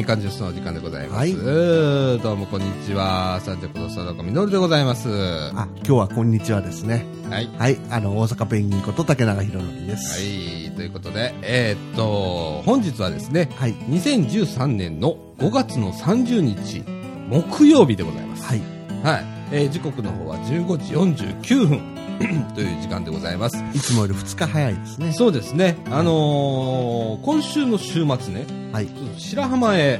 みかんジュースのお時間でございます。 はい、 どうもこんにちは。三着の佐藤みのるでございます。 今日はこんにちはですね。 はい。 はい、大阪ペンギンこと竹永宏典です。 はい、ということで、本日はですね、 はい、 2013年の5月の30日、木曜日でございます。 はい。 はい。時刻の方は15時49分という時間でございます。 いつもより2日早いですね。 そうですね。今週の週末ね、 はい、 白浜へ、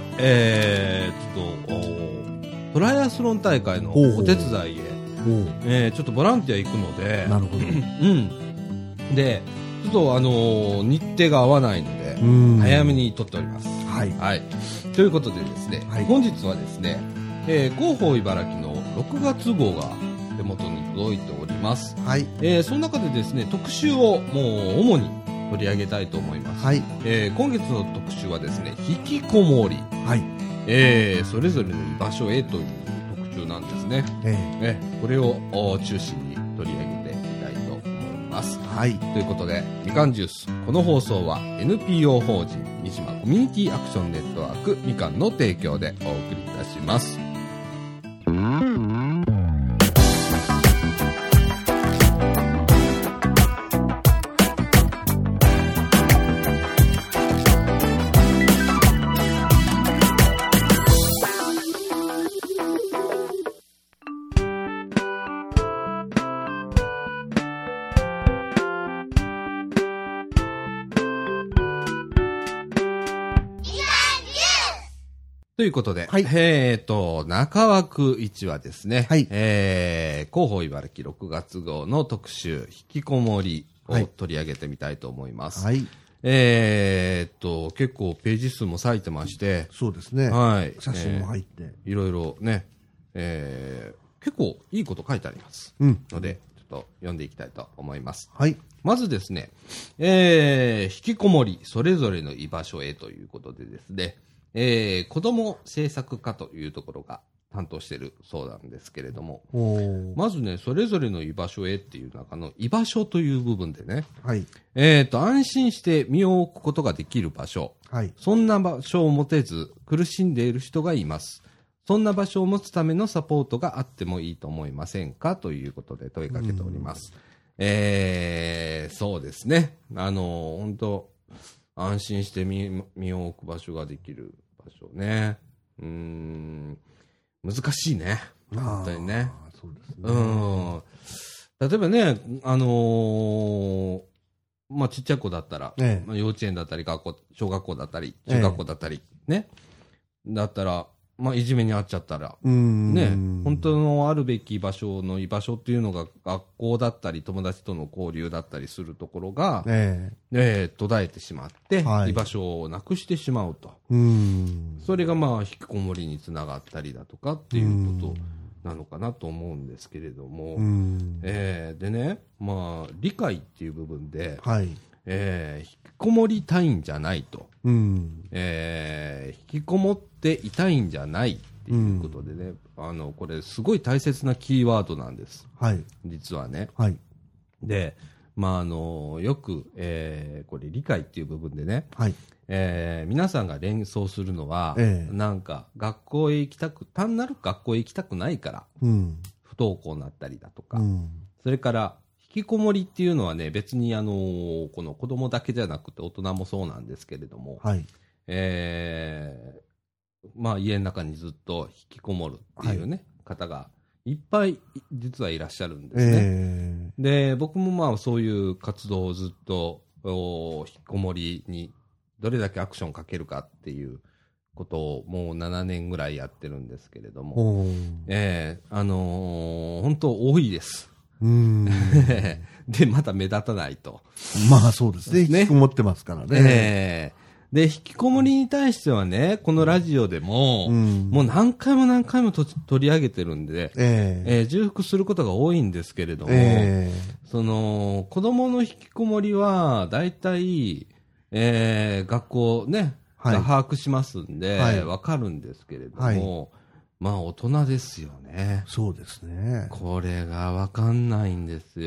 トライアスロン大会のお手伝いへ、ちょっとボランティア行くので、 なるほど。 うん。で、ちょっと日程が合わないので、早めに撮っております。 はい。 はい。ということでですね、 はい、 本日はですね、広報茨城の6月号が手元に届いております。 はい。 その中でですね、特集をもう主に取り上げたいと思います。 はい。 今月の特集はですね、引きこもり。 はい。 それぞれの居場所へという特集なんですね。これを中心に取り上げてみたいと思います。 はい。 ということで、みかんジュース。この放送は NPO 法人三島コミュニティアクションネットワークみかんの提供でお送りいたします。ということで、 はい、 中枠1はですね、 はい、 広報茨城6月号の特集、引きこもりを取り上げてみたいと思います。 はい。 結構ページ数も割いてまして、 そうですね。 はい。 写真も入って。 いろいろね、結構いいこと書いてあります。ので、ちょっと読んでいきたいと思います。 はい。 まずですね、引きこもり、それぞれの居場所へということでですね、子ども政策課というところが担当しているそうなんですけれども、まずね、それぞれの居場所へっていう中の居場所という部分でね、 はい、 安心して身を置くことができる場所、はい、そんな場所を持てず苦しんでいる人がいます。そんな場所を持つためのサポートがあってもいいと思いませんかということで問いかけております。そうですね。本当安心して身を置く場所ができる場所ね。難しいね。本当にね。 そうですね。 例えばね、まあ、ちっちゃい子だったら、まあ、幼稚園だったり、小学校だったり、中学校だったり、ね。だったら、まあ、いじめに遭っちゃったら、ね、本当のあるべき場所の居場所っていうのが学校だったり、友達との交流だったりするところが、途絶えてしまって、居場所をなくしてしまうと。それがまあ、引きこもりにつながったりだとかっていうことなのかなと思うんですけれども、でね、まあ、理解っていう部分で、引きこもりたいんじゃないと。引きこもっていたいんじゃないっていうことでね、これすごい大切なキーワードなんです。実はね。で、まあよく、これ理解っていう部分でね、皆さんが連想するのは、なんか学校へ行きたく、単なる学校へ行きたくないから、不登校になったりだとか、それから引きこもりっていうのはね、別にこの子供だけじゃなくて大人もそうなんですけれども、まあ家の中にずっと引きこもるっていうね、方がいっぱい実はいらっしゃるんですね。で、僕もまあそういう活動をずっと引きこもりにどれだけアクションかけるかっていうことをもう7年ぐらいやってるんですけれども、本当多いです。で、まだ目立たないと。 まあそうですね。引きこもってますからね。 で、引きこもりに対してはね、このラジオでも、もう何回も何回も取り上げてるんで、重複することが多いんですけれども、その、子供の引きこもりは、だいたい、学校ね、が把握しますんで、わかるんですけれども、まあ大人ですよね。 そうですね。 これがわかんないんですよ。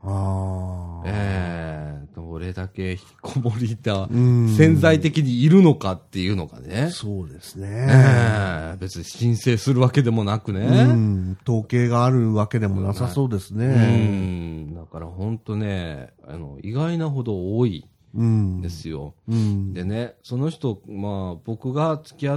どれだけ引きこもりが潜在的にいるのかっていうのがね。 そうですね。 別に申請するわけでもなくね。 統計があるわけでもなさそうですね。 だから本当ね、意外なほど多いんですよ。でね、その人、まあ僕が付き合った、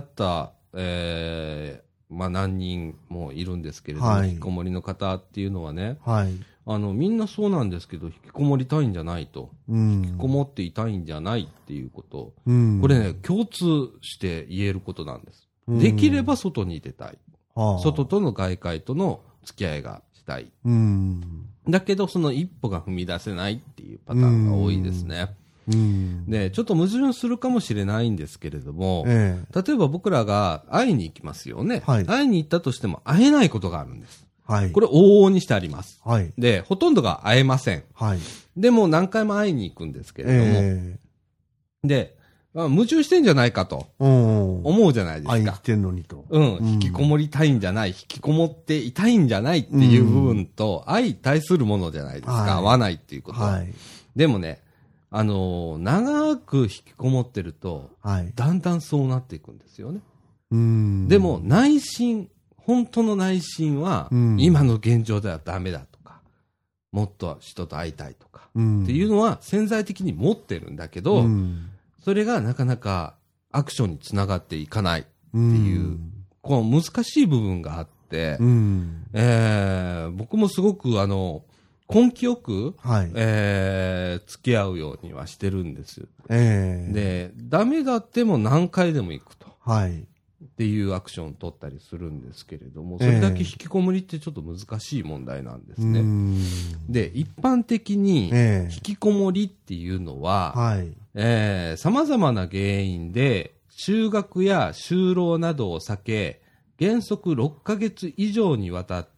まあ何人もいるんですけれども、引きこもりの方っていうのはね、みんなそうなんですけど、引きこもりたいんじゃないと。引きこもっていたいんじゃないっていうこと。これね、共通して言えることなんです。できれば外に出たい。外との外界との付き合いがしたい。だけど、その一歩が踏み出せないっていうパターンが多いですね。で、ちょっと矛盾するかもしれないんですけれども、例えば僕らが会いに行きますよね。会いに行ったとしても会えないことがあるんです。これ往々にしてあります。で、ほとんどが会えません。でも何回も会いに行くんですけれども。で、矛盾してんじゃないかと思うじゃないですか。 会いに来てんのにと。 引きこもりたいんじゃない、引きこもっていたいんじゃないっていう部分と、相対するものじゃないですか。合わないっていうことは。でもね、長く引きこもってると、だんだんそうなっていくんですよね。でも内心、本当の内心は、今の現状ではダメだとか、もっと人と会いたいとか、っていうのは潜在的に持ってるんだけど、それがなかなかアクションにつながっていかないっていう、この難しい部分があって、僕もすごく根気よく、付き合うようにはしてるんです。で、ダメだっても何回でも行くと。っていうアクションを取ったりするんですけれども、それだけ引きこもりってちょっと難しい問題なんですね。で、一般的に引きこもりっていうのは、様々な原因で就学や就労などを避け、原則6ヶ月以上にわたって、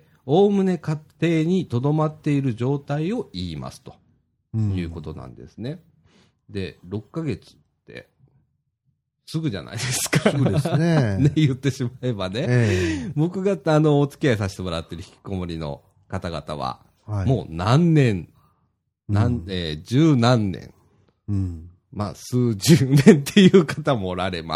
おおむね家庭に留まっている状態を言いますということなんですね。で、6ヶ月ってすぐじゃないですか。 すぐですね。 ね、言ってしまえばね。僕がお付き合いさせてもらっている引きこもりの方々は、もう何年、十何年、まあ数十年っていう方もおられます。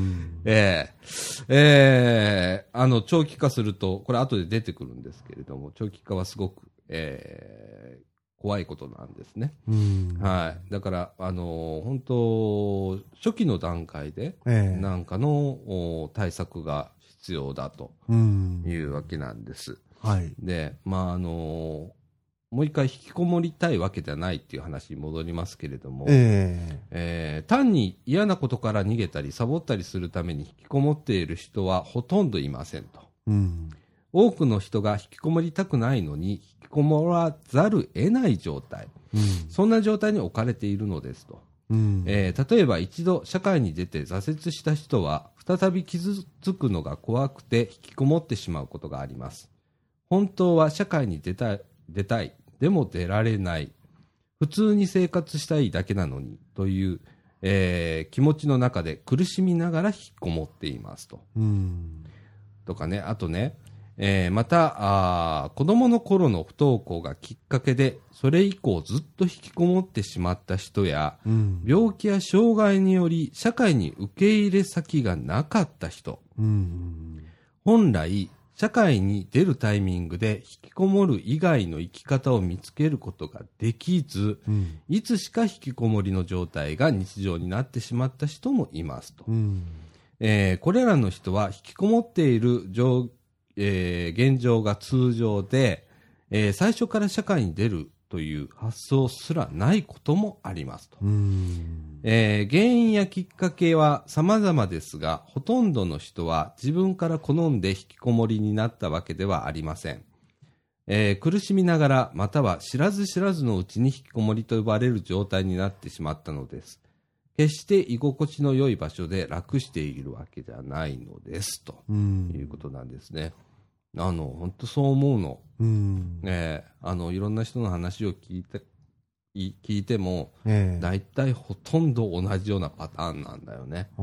長期化すると、これ後で出てくるんですけれども、長期化はすごく、怖いことなんですね。だから、本当、初期の段階で、なんかの対策が必要だというわけなんです。で、まあ、もう一回引きこもりたいわけじゃないっていう話に戻りますけれども、単に嫌なことから逃げたりサボったりするために引きこもっている人はほとんどいませんと。多くの人が引きこもりたくないのに引きこもらざる得ない状態、そんな状態に置かれているのですと。例えば一度社会に出て挫折した人は再び傷つくのが怖くて引きこもってしまうことがあります。本当は社会に出たいでも出られない、普通に生活したいだけなのにという、気持ちの中で苦しみながら引きこもっていますと。とかね、あとね、また子供の頃の不登校がきっかけでそれ以降ずっと引きこもってしまった人や、病気や障害により社会に受け入れ先がなかった人、本来社会に出るタイミングで引きこもる以外の生き方を見つけることができず、いつしか引きこもりの状態が日常になってしまった人もいますと。これらの人は引きこもっている現状が通常で、最初から社会に出るという発想すらないこともありますと。原因やきっかけは様々ですが、ほとんどの人は自分から好んで引きこもりになったわけではありません。苦しみながら、または知らず知らずのうちに引きこもりと呼ばれる状態になってしまったのです。決して居心地の良い場所で楽しているわけじゃないのですということなんですね。本当そう思うの。いろんな人の話を聞いても、だいたいほとんど同じようなパターンなんだよね。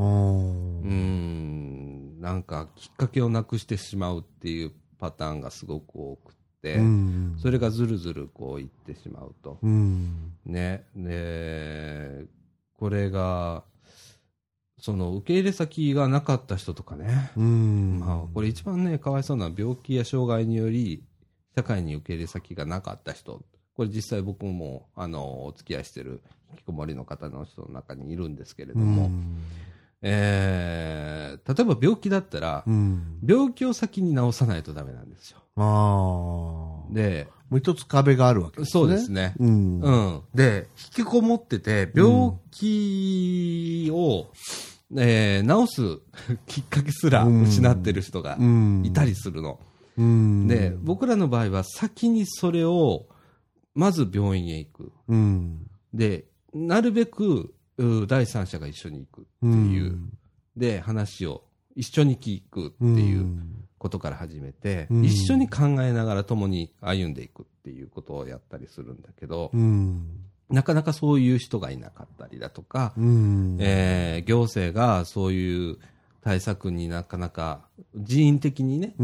なんかきっかけをなくしてしまうっていうパターンがすごく多くて、それがずるずるこういってしまうと。ね。で、これが、その受け入れ先がなかった人とかね。まあ、これ一番ね、かわいそうなのは病気や障害により、社会に受け入れ先がなかった人。これ実際僕も、お付き合いしてる引きこもりの方の人の中にいるんですけれども、例えば病気だったら、病気を先に治さないとダメなんですよ。で、 もう一つ壁があるわけですね。 そうですね。で、引きこもってて、病気を、治すきっかけすら失ってる人がいたりするの。で、僕らの場合は先にそれを、まず病院へ行く。で、なるべく第三者が一緒に行くっていう。で、話を一緒に聞くっていうことから始めて、一緒に考えながら共に歩んでいくっていうことをやったりするんだけど、なかなかそういう人がいなかったりだとか、行政がそういう対策になかなか人員的にね、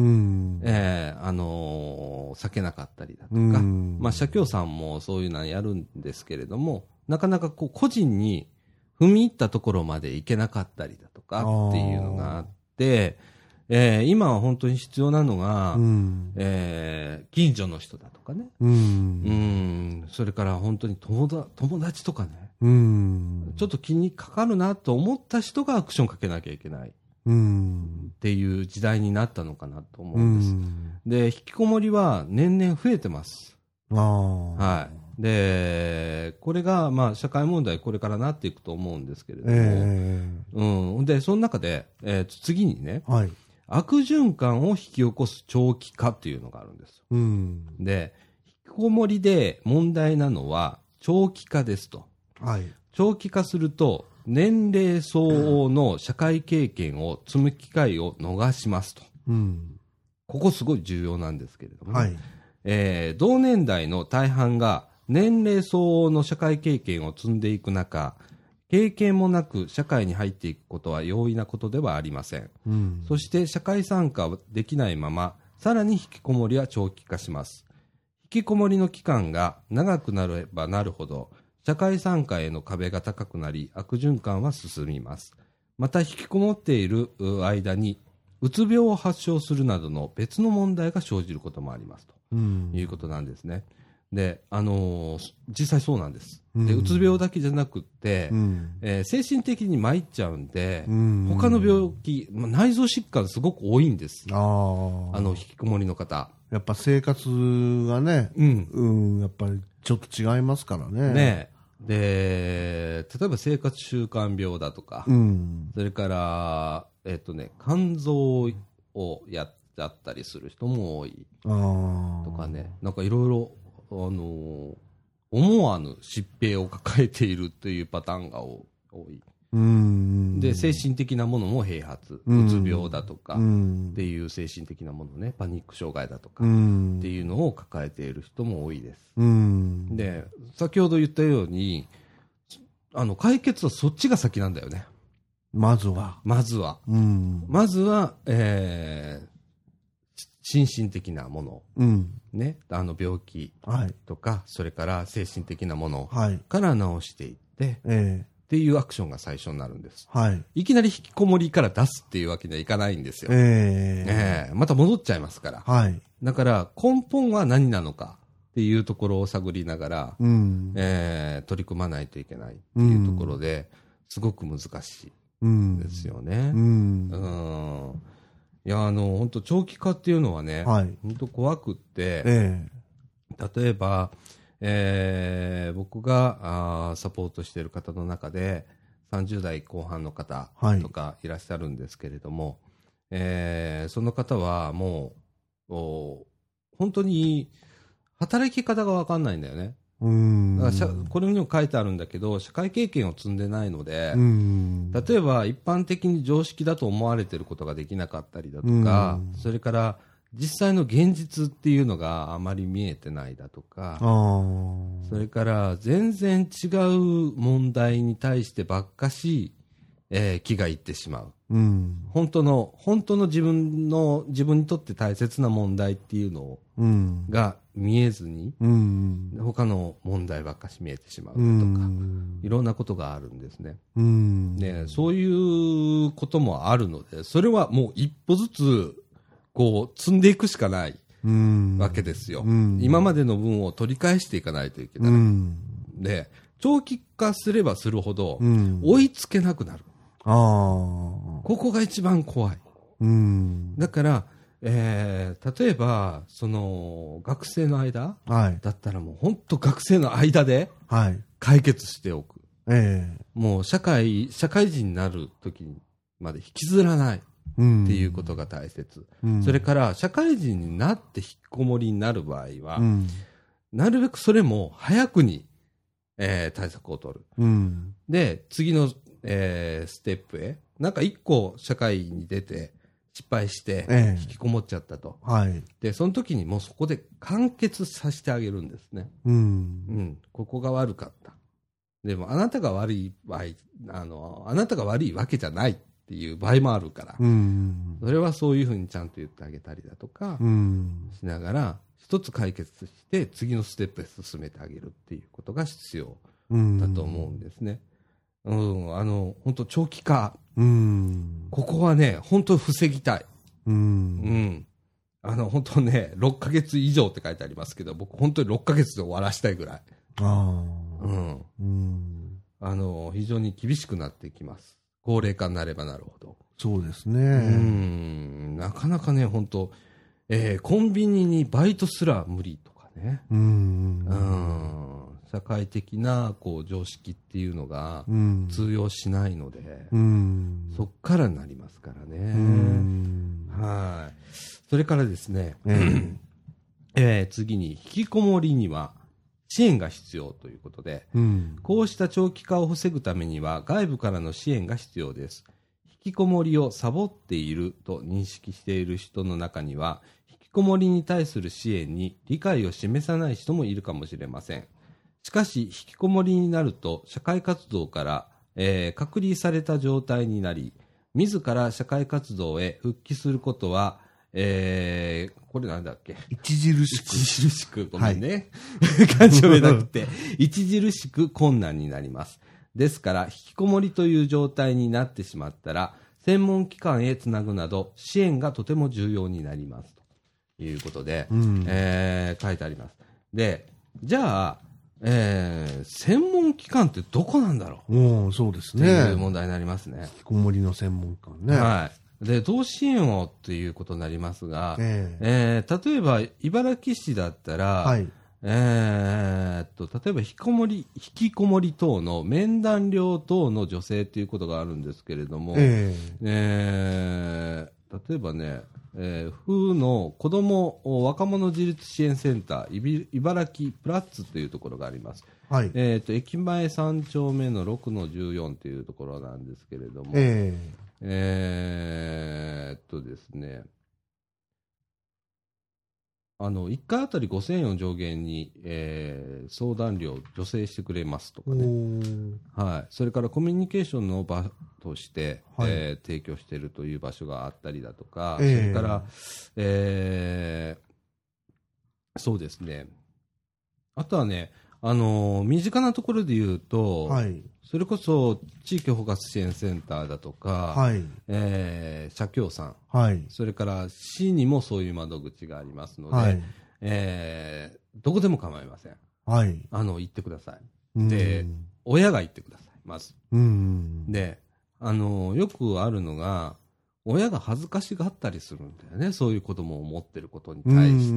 避けなかったりだとか、まあ、社協さんもそういうのやるんですけれども、なかなかこう個人に踏み入ったところまで行けなかったりだとかっていうのがあって、今は本当に必要なのが、近所の人だとかね、それから本当に友達とかね、ちょっと気にかかるなと思った人がアクションかけなきゃいけないっていう時代になったのかなと思うんです。で、引きこもりは年々増えてます。はい。で、これが、まあ、社会問題これからなっていくと思うんですけれども、で、その中で、次にね、悪循環を引き起こす長期化っていうのがあるんです。で、引きこもりで問題なのは長期化ですと。長期化すると、年齢相応の社会経験を積む機会を逃しますと。ここすごい重要なんですけれども、同年代の大半が年齢相応の社会経験を積んでいく中、経験もなく社会に入っていくことは容易なことではありません。そして社会参加できないまま、さらに引きこもりは長期化します。引きこもりの期間が長くなればなるほど、社会参加への壁が高くなり、悪循環は進みます。また引きこもっている間に、うつ病を発症するなどの別の問題が生じることもありますということなんですね。で、実際そうなんです。で、うつ病だけじゃなくって、精神的に参っちゃうんで、他の病気、内臓疾患すごく多いんです。引きこもりの方。 やっぱ生活がね、やっぱりちょっと違いますからね。 で、例えば生活習慣病だとか、それから、肝臓をやっちゃったりする人も多い。とかね、なんかいろいろ、思わぬ疾病を抱えているというパターンが多い。で、精神的なものも併発。うつ病だとか、っていう精神的なものね、パニック障害だとか、っていうのを抱えている人も多いです。で、先ほど言ったように、解決はそっちが先なんだよね。 まずは。 心身的なもの、ね、病気とか、それから精神的なものから治していって、っていうアクションが最初になるんです。いきなり引きこもりから出すっていうわけにはいかないんですよ。また戻っちゃいますから。だから根本は何なのかっていうところを探りながら、取り組まないといけないっていうところで、すごく難しいですよね。いや、本当長期化っていうのはね、本当怖くって、例えば、僕がサポートしている方の中で、30代後半の方とかいらっしゃるんですけれども、その方はもう、本当に働き方がわかんないんだよね。だからこれにも書いてあるんだけど、社会経験を積んでないので、例えば一般的に常識だと思われていることができなかったりだとか、それから実際の現実っていうのがあまり見えてないだとか、それから全然違う問題に対してばっかし気がいってしまう。本当の自分にとって大切な問題っていうのが見えずに、他の問題ばっかし見えてしまうとか、いろんなことがあるんですね。ね、そういうこともあるので、それはもう一歩ずつ、こう、積んでいくしかないわけですよ。今までの分を取り返していかないといけない。で、長期化すればするほど、追いつけなくなる。ここが一番怖い。だから、例えば、学生の間、だったらもう本当学生の間で解決しておく。もう社会人になる時まで引きずらないっていうことが大切。それから社会人になって引きこもりになる場合は、なるべくそれも早くに、対策を取る。で、次の、ステップへ。なんか一個社会に出て失敗して引きこもっちゃったと。で、その時にもうそこで完結させてあげるんですね。ここが悪かった。でもあなたが悪い場合、あなたが悪いわけじゃないっていう場合もあるから、それはそういうふうにちゃんと言ってあげたりだとかしながら、一つ解決して次のステップへ進めてあげるっていうことが必要だと思うんですね。本当長期化。ここはね、本当防ぎたい。本当ね、6ヶ月以上って書いてありますけど、僕本当に6ヶ月で終わらしたいぐらい。非常に厳しくなってきます。高齢化になればなるほど。 そうですね。 なかなかね、本当コンビニにバイトすら無理とかね。社会的なこう常識っていうのが通用しないので、そっからになりますからね。はい。それからですね、次に引きこもりには支援が必要ということで、こうした長期化を防ぐためには外部からの支援が必要です。引きこもりをサボっていると認識している人の中には、引きこもりに対する支援に理解を示さない人もいるかもしれません。しかし、引きこもりになると社会活動から、隔離された状態になり、自ら社会活動へ復帰することは、これなんだっけ、 著しく、 ごめんね。漢字読めなくて、著しく困難になります。ですから、引きこもりという状態になってしまったら、専門機関へつなぐなど、支援がとても重要になります。ということで、書いてあります。で、じゃあ、専門機関ってどこなんだろう、 そうですね。 っていう問題になりますね。 引きこもりの専門機関ね。 はい。で、どう支援をっていうことになりますが、例えば、茨城市だったら、例えば引きこもり等の面談料等の助成ということがあるんですけれども、例えばね、府の子ども若者自立支援センター茨城プラッツというところがあります。駅前3丁目の6-14というところなんですけれども、ですね、1回あたり5000円を上限に、相談料を助成してくれますとかね。それからコミュニケーションの場として、提供しているという場所があったりだとか、それから、そうですね。あとはね、身近なところで言うと、それこそ地域包括支援センターだとか、社協さん、それから市にもそういう窓口がありますので、どこでも構いません。行ってください。で、親が行ってください、まず。で、よくあるのが、親が恥ずかしがったりするんだよね、そういう子供を持ってることに対して。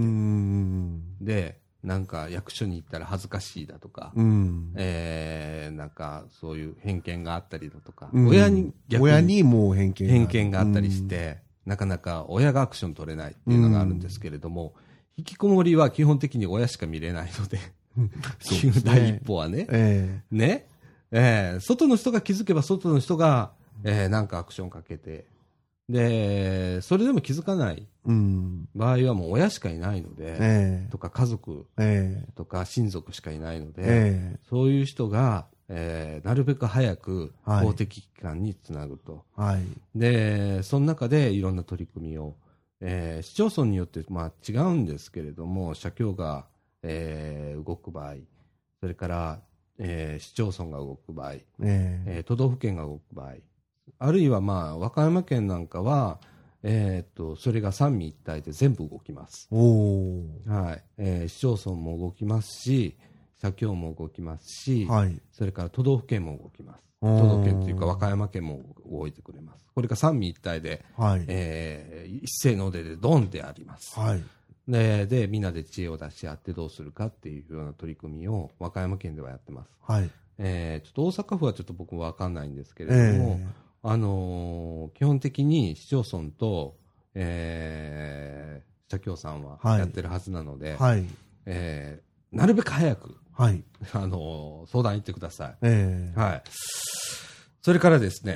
で、なんか役所に行ったら恥ずかしいだとか、なんかそういう偏見があったりだとか、親にもう偏見があったりして、なかなか親がアクション取れないっていうのがあるんですけれども、引きこもりは基本的に親しか見れないので、第一歩はね、外の人が気づけば外の人が、なんかアクションかけて、で、それでも気づかない場合はもう親しかいないので、とか家族とか親族しかいないので、そういう人が、 なるべく早く公的機関につなぐと。 はい。 で、その中でいろんな取り組みを、市町村によって、まあ、違うんですけれども、社協が、動く場合、それから、市町村が動く場合、都道府県が動く場合、あるいは、まあ、和歌山県なんかは、それが三位一体で全部動きます。はい。市町村も動きますし、社協も動きますし、はい、それから都道府県も動きます。都道府県というか和歌山県も動いてくれます。これが三位一体で、はい、一斉の出でドンであります。はい、で、みんなで知恵を出し合ってどうするかっていうような取り組みを和歌山県ではやってます。はい、ちょっと大阪府はちょっと僕は分かんないんですけれども、基本的に市町村と、社協さんはやってるはずなので、はい、なるべく早く、はい、相談行ってください。はい。それからですね、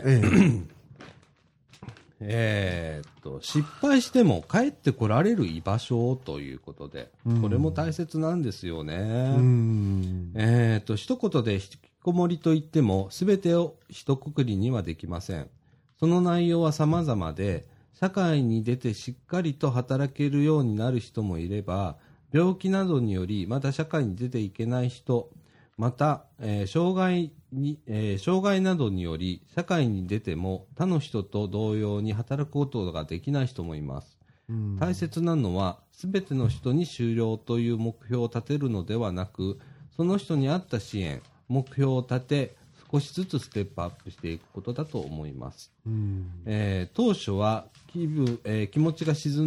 失敗しても帰ってこられる居場所ということで、これも大切なんですよね。一言で引きこもりといっても、すべてを一括りにはできません。その内容は様々で、社会に出てしっかりと働けるようになる人もいれば、病気などによりまだ社会に出ていけない人、また、障害などにより社会に出ても他の人と同様に働くことができない人もいます。大切なのは全ての人に終了という目標を立てるのではなく、その人に合った支援、目標を立て少しずつステップアップしていくことだと思います。当初は気持ちが沈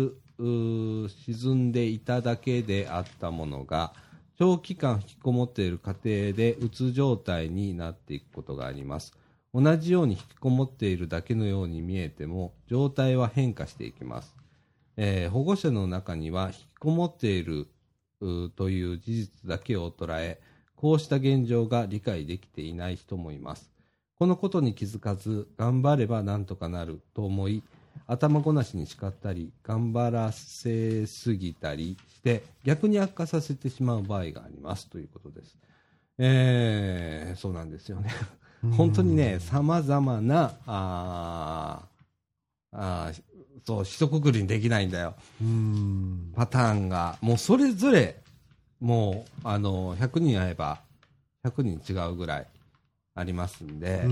んでいただけであったものが、長期間引きこもっている過程でうつ状態になっていくことがあります。同じように引きこもっているだけのように見えても、状態は変化していきます。保護者の中には引きこもっているという事実だけを捉え、こうした現状が理解できていない人もいます。このことに気づかず、頑張ればなんとかなると思い、頭ごなしに叱ったり頑張らせすぎたりして逆に悪化させてしまう場合がありますということです。そうなんですよね。本当にね、様々なそう一括りにできないんだよ。パターンがもうそれぞれもう100人会えば100人違うぐらいありますんで、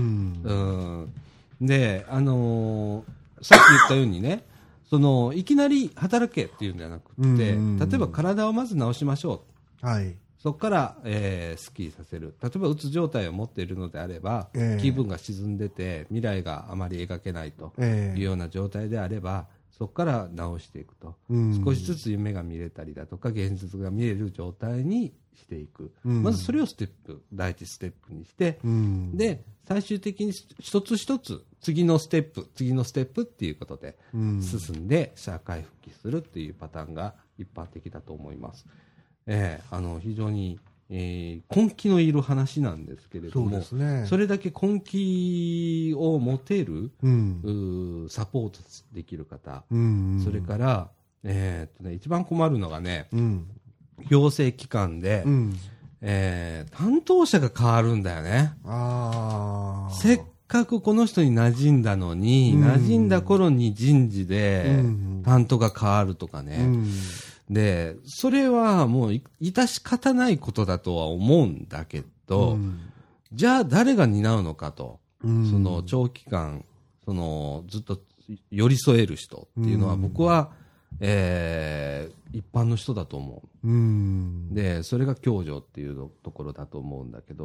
でさっき言ったようにね、いきなり働けっていうんじゃなくて、例えば体をまず治しましょう。はい。そこから、スッキリさせる。例えばうつ状態を持っているのであれば、気分が沈んでて未来があまり描けないというような状態であれば、そこから治していくと。少しずつ夢が見れたりだとか、現実が見れる状態にしていく。まずそれを第一ステップにして、で、最終的に一つ一つ、次のステップっていうことで、進んで社会復帰するっていうパターンが一般的だと思います。非常に、根気のいる話なんですけれども、 それだけ根気を持てる、サポートできる方、それから、一番困るのがね、行政機関で、担当者が変わるんだよね。せっかくこの人に馴染んだのに、馴染んだ頃に人事で担当が変わるとかね。で、それはもう致し方ないことだとは思うんだけど、じゃあ誰が担うのかと、その長期間、ずっと寄り添える人っていうのは僕は、一般の人だと思う。で、それが共助っていうところだと思うんだけど、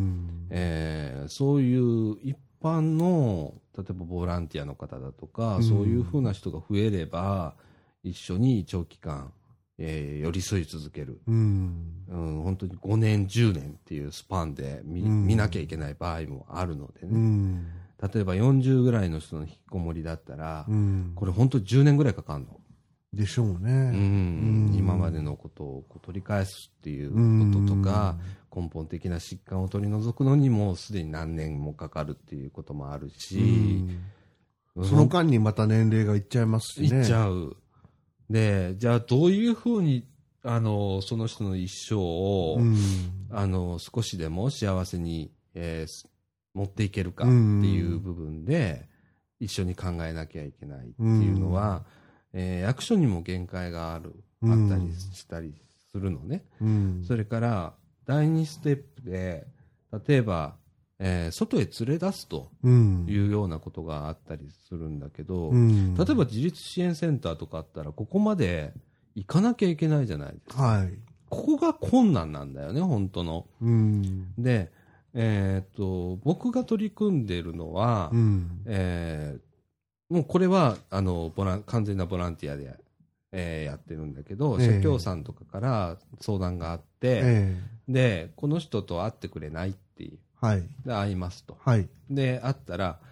そういう一般の、例えばボランティアの方だとか、そういうふうな人が増えれば、一緒に長期間、寄り添い続ける、本当に5年10年っていうスパンで 見なきゃいけない場合もあるのでね、例えば40ぐらいの人の引きこもりだったら、これ本当に10年ぐらいかかるのでしょうね。 今までのことを取り返すっていうこととか、根本的な疾患を取り除くのにもうすでに何年もかかるっていうこともあるし、 その間にまた年齢がいっちゃいますしね。 いっちゃう。で、じゃあどういうふうにその人の一生を、少しでも幸せに、持っていけるかっていう部分で、一緒に考えなきゃいけないっていうのは、役所にも限界があったりしたりするのね。それから、第2ステップで、例えば、外へ連れ出すというようなことがあったりするんだけど、例えば自立支援センターとかあったら、ここまで行かなきゃいけないじゃないですか。はい、ここが困難なんだよね、本当の。で、僕が取り組んでいるのは、もうこれは完全なボランティアで、やってるんだけど、社協さんとかから相談があって、で、この人と会ってくれないっていう。で、会いますと。で、会ったら、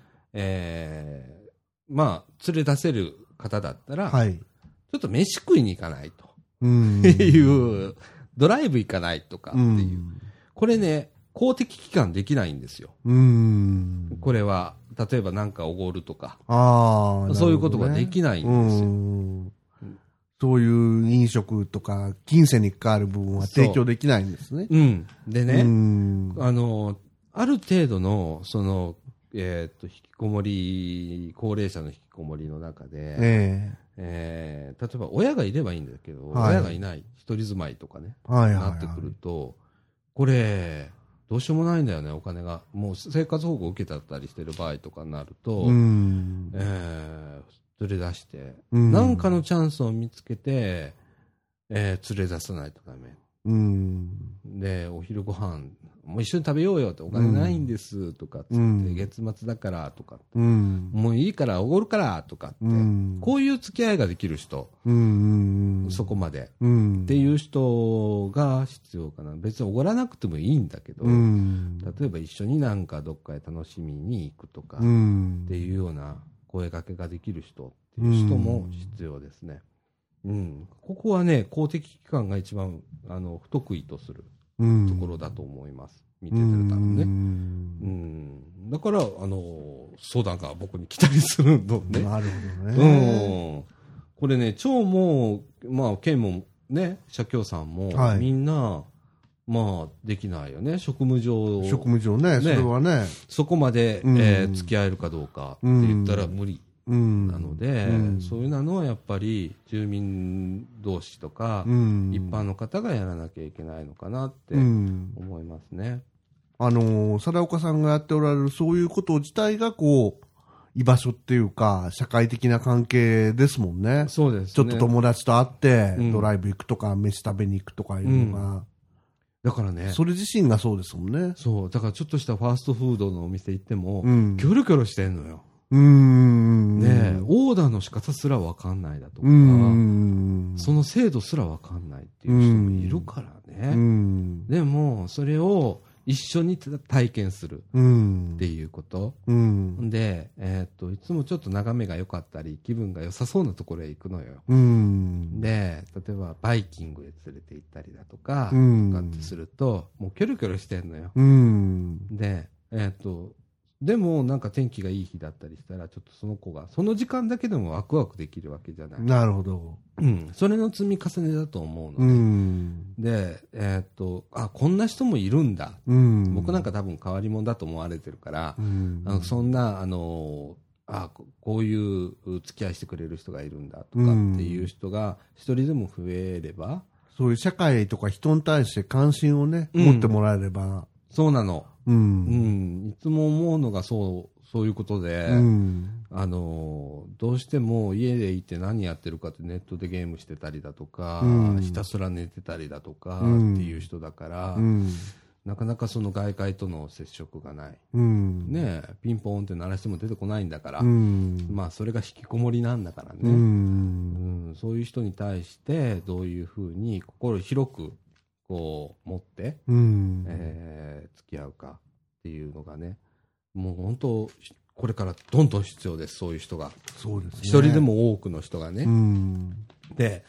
まあ、連れ出せる方だったら、ちょっと飯食いに行かないと。いう、ドライブ行かないとかっていう。これね、公的機関できないんですよ。これは、例えばなんかおごるとか。そういうことができないんですよ。 そういう飲食とか、金銭に関わる部分は提供できないんですね。 でね、ある程度の、引きこもり、高齢者の引きこもりの中で、例えば親がいればいいんだけど、親がいない、一人住まいとかね、なってくると、これ、どうしようもないんだよね、お金が。もう生活保護を受けたりしてる場合とかになると、連れ出して、何かのチャンスを見つけて、連れ出さないとダメ。で、お昼ご飯、もう一緒に食べようよって、お金ないんですとかって、月末だからとかって、もういいからおごるからとかって、こういう付き合いができる人、そこまで、っていう人が必要かな。別におごらなくてもいいんだけど、例えば一緒になんかどっかへ楽しみに行くとか、っていうような声掛けができる人っていう人も必要ですね。ここはね、公的機関が一番不得意とするところだと思います。見ててる多分ね。だから相談が僕に来たりするのね。 なるほどね。 これね、町もまあ県もね、社協さんも、みんなまあできないよね。職務上ね、 それはね。 そこまで付き合えるかどうかって言ったら無理。なので、そういうのはやっぱり住民同士とか、一般の方がやらなきゃいけないのかなって思いますね。 貞岡さんがやっておられるそういうこと自体がこう、居場所っていうか、社会的な関係ですもんね。 そうですね。 ちょっと友達と会って、ドライブ行くとか、飯食べに行くとかいうのが。 だからね。 それ自身がそうですもんね。 そう。だからちょっとしたファーストフードのお店行っても、キョロキョロしてんのよ。ねえ、オーダーの仕方すらわかんないだとか、その制度すらわかんないっていう人もいるからね。でも、それを一緒に体験するっていうこと。で、いつもちょっと眺めが良かったり、気分が良さそうなところへ行くのよ。で、例えばバイキングへ連れて行ったりだとか、ってすると、もうキョロキョロしてんのよ。で、でもなんか天気がいい日だったりしたら、ちょっとその子がその時間だけでもワクワクできるわけじゃない。 なるほど。 それの積み重ねだと思うので、で、こんな人もいるんだ。僕なんか多分変わり者だと思われてるから、そんなこういう付き合いしてくれる人がいるんだとかっていう人が一人でも増えれば、 そういう社会とか人に対して関心をね、持ってもらえれば。 そうなの。いつも思うのがそういうことで、どうしても家でいて何やってるかってネットでゲームしてたりだとか、ひたすら寝てたりだとかっていう人だから、なかなかその外界との接触がない。ねえ、ピンポーンって鳴らしても出てこないんだから、まあそれが引きこもりなんだからね。そういう人に対してどういうふうに心広くこう持って、付き合うかっていうのがね、もう本当これからどんどん必要です。そういう人が。 そうですね。 一人でも多くの人がね。で、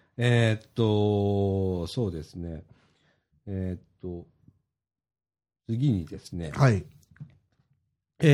そうですね。次にですね。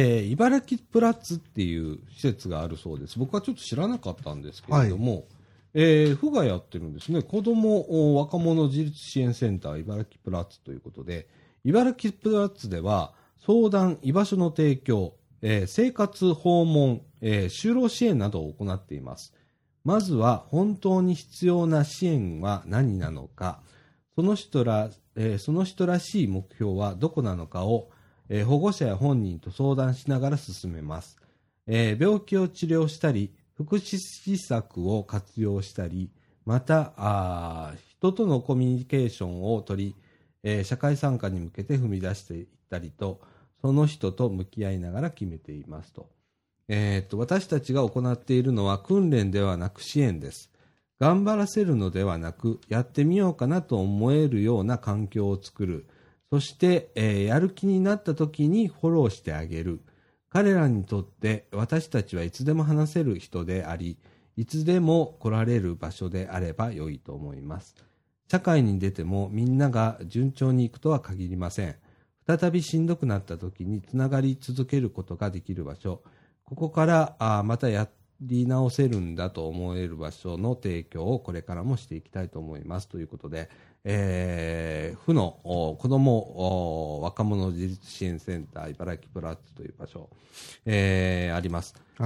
茨城プラッツっていう施設があるそうです。僕はちょっと知らなかったんですけれども、 府がやってるんですね。子ども若者自立支援センター茨城プラッツということで、茨城プラッツでは相談、居場所の提供、生活訪問、就労支援などを行っています。まずは本当に必要な支援は何なのか、その人らしい目標はどこなのかを、保護者や本人と相談しながら進めます。病気を治療したり、福祉施策を活用したり、また人とのコミュニケーションを取り、社会参加に向けて踏み出していったりと、その人と向き合いながら決めていますと。私たちが行っているのは訓練ではなく支援です。頑張らせるのではなく、やってみようかなと思えるような環境を作る。そして、やる気になった時にフォローしてあげる。彼らにとって私たちはいつでも話せる人であり、いつでも来られる場所であれば良いと思います。社会に出てもみんなが順調にいくとは限りません。再びしんどくなった時につながり続けることができる場所、ここからまたやり直せるんだと思える場所の提供をこれからもしていきたいと思いますということで、府の子ども若者自立支援センター茨城プラッツという場所、あります、はい。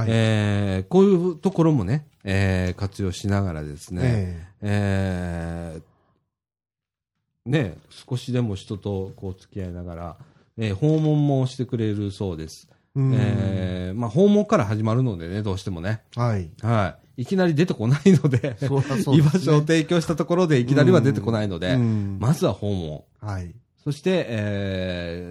こういうところもね、活用しながらですね、ね、少しでも人とこう付き合いながら、訪問もしてくれるそうです。訪問から始まるのでね、どうしてもね。はい。はい。いきなり出てこないので、そうですね、居場所を提供したところでいきなりは出てこないので、まずは訪問。はい。そして、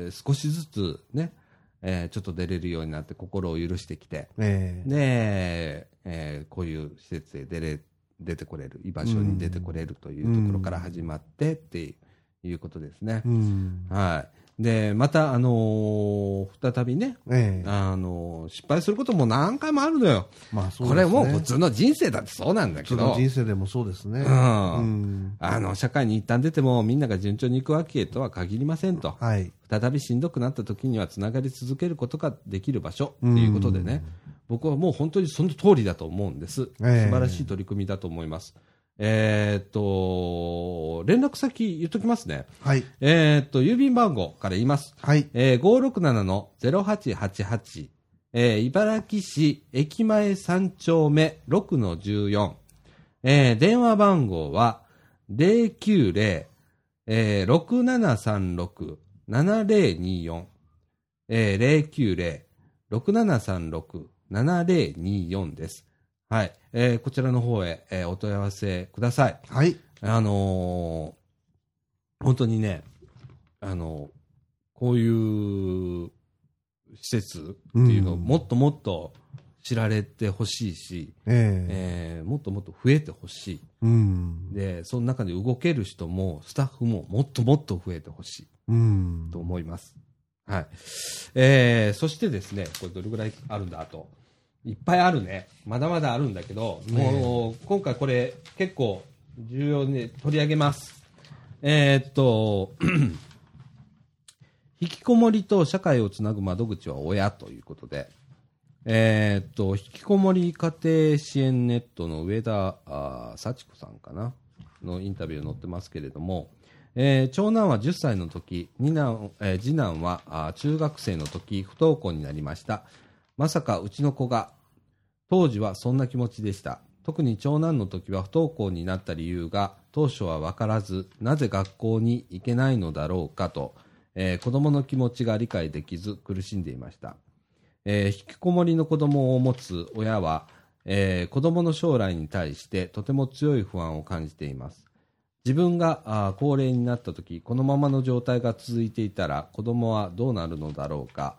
少しずつね、ちょっと出れるようになって心を許してきて、で、こういう施設へ出てこれる、居場所に出てこれるというところから始まってっていうことですね。はい。で、また、再びね、失敗することも何回もあるのよ。まあそうですね。これもう普通の人生だってそうなんだけど。普通の人生でもそうですね。 社会に一旦出てもみんなが順調にいくわけとは限りませんと。はい。再びしんどくなった時にはつながり続けることができる場所っていうことでね、僕はもう本当にその通りだと思うんです。素晴らしい取り組みだと思います。連絡先言っときますね。はい。郵便番号から言います。はい。567-0888。茨城市駅前3丁目 6-14。電話番号は090-6736-7024。090-6736-7024です。はい。こちらの方へ、お問い合わせください。はい。本当にね、こういう施設っていうのをもっともっと知られてほしいし、もっともっと増えてほしい。で、その中で動ける人もスタッフももっともっと増えてほしい。と思います。はい。そしてですね、これどれぐらいあるんだ、あと。いっぱいあるね。まだまだあるんだけど、もう、今回これ結構重要に取り上げます。引きこもりと社会をつなぐ窓口は親ということで、引きこもり家庭支援ネットの上田幸子さんかなのインタビュー載ってますけれども、長男は10歳の時、次男は中学生の時、不登校になりました。まさかうちの子が、当時はそんな気持ちでした。特に長男の時は不登校になった理由が当初は分からず、なぜ学校に行けないのだろうかと、子供の気持ちが理解できず苦しんでいました。引きこもりの子供を持つ親は、子供の将来に対してとても強い不安を感じています。自分が高齢になった時、このままの状態が続いていたら子供はどうなるのだろうか。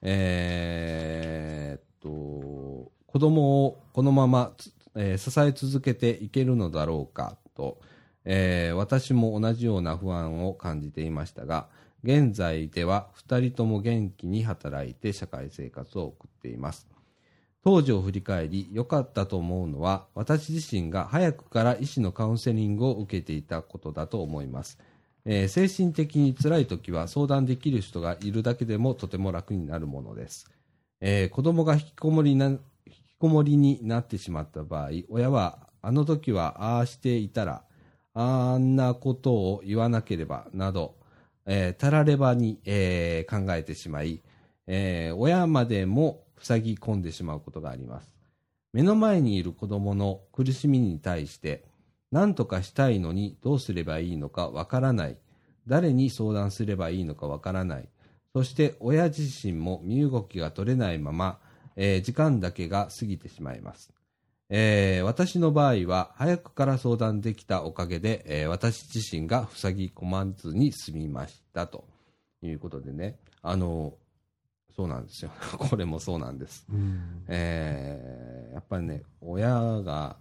子供をこのまま、支え続けていけるのだろうかと、私も同じような不安を感じていましたが、現在では2人とも元気に働いて社会生活を送っています。当時を振り返り良かったと思うのは、私自身が早くから医師のカウンセリングを受けていたことだと思います。精神的に辛い時は相談できる人がいるだけでもとても楽になるものです。子供が引きこもりになってしまった場合、親はあの時はああしていたら、あんなことを言わなければ、など、たらればに、考えてしまい、親までも塞ぎ込んでしまうことがあります。目の前にいる子供の苦しみに対して、何とかしたいのにどうすればいいのかわからない。誰に相談すればいいのかわからない。そして親自身も身動きが取れないまま、時間だけが過ぎてしまいます。私の場合は早くから相談できたおかげで、私自身が塞ぎ込まずに済みましたということでね、そうなんですよ。これもそうなんです。やっぱりね、親が、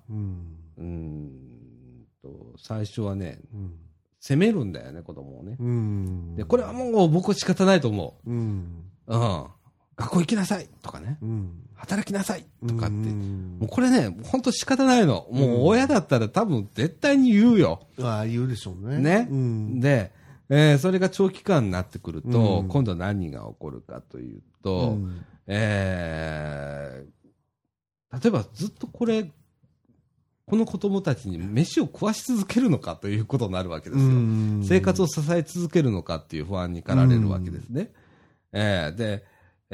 最初はね、責めるんだよね、子供をね。で、これはもう僕は仕方ないと思う。学校行きなさいとかね、働きなさいとかって、もうこれね、本当仕方ないの。もう親だったら多分絶対に言うよ。 言うでしょうね。 で、それが長期間になってくると、今度何が起こるかというと、例えばずっとこの子供たちに飯を食わし続けるのかということになるわけですよ。生活を支え続けるのかっていう不安に駆られるわけですね。で、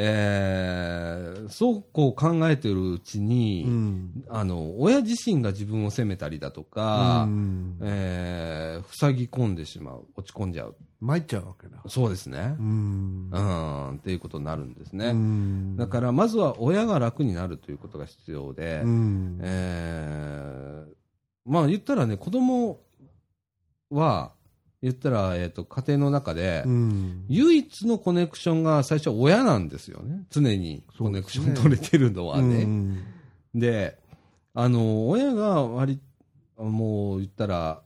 そうこう考えているうちに、親自身が自分を責めたりだとか、塞ぎ込んでしまう、落ち込んじゃう。 参っちゃうわけだ。 そうですね。っていうことになるんですね。だからまずは親が楽になるということが必要で、まあ言ったらね、子供は、言ったら、家庭の中で、唯一のコネクションが最初は親なんですよね。常にコネクション取れてるのはね。で、親がもう言ったら、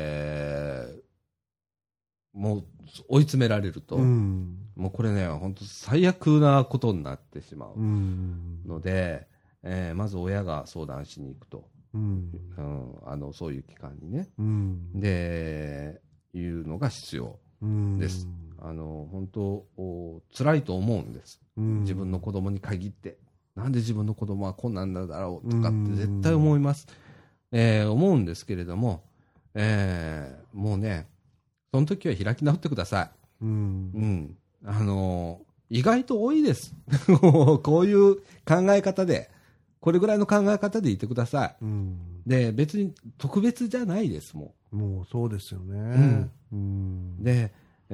もう追い詰められると、もうこれね、本当最悪なことになってしまうので、まず親が相談しに行くと。そういう機関にね。で、いうのが必要です。本当辛いと思うんです。自分の子供に限って、なんで自分の子供はこんなんだろうとかって絶対思います。思うんですけれども、もうね、その時は開き直ってください。意外と多いです。こういう考え方で、これぐらいの考え方でいてください。で、別に特別じゃないです、もう。 もうそうですよね。 で、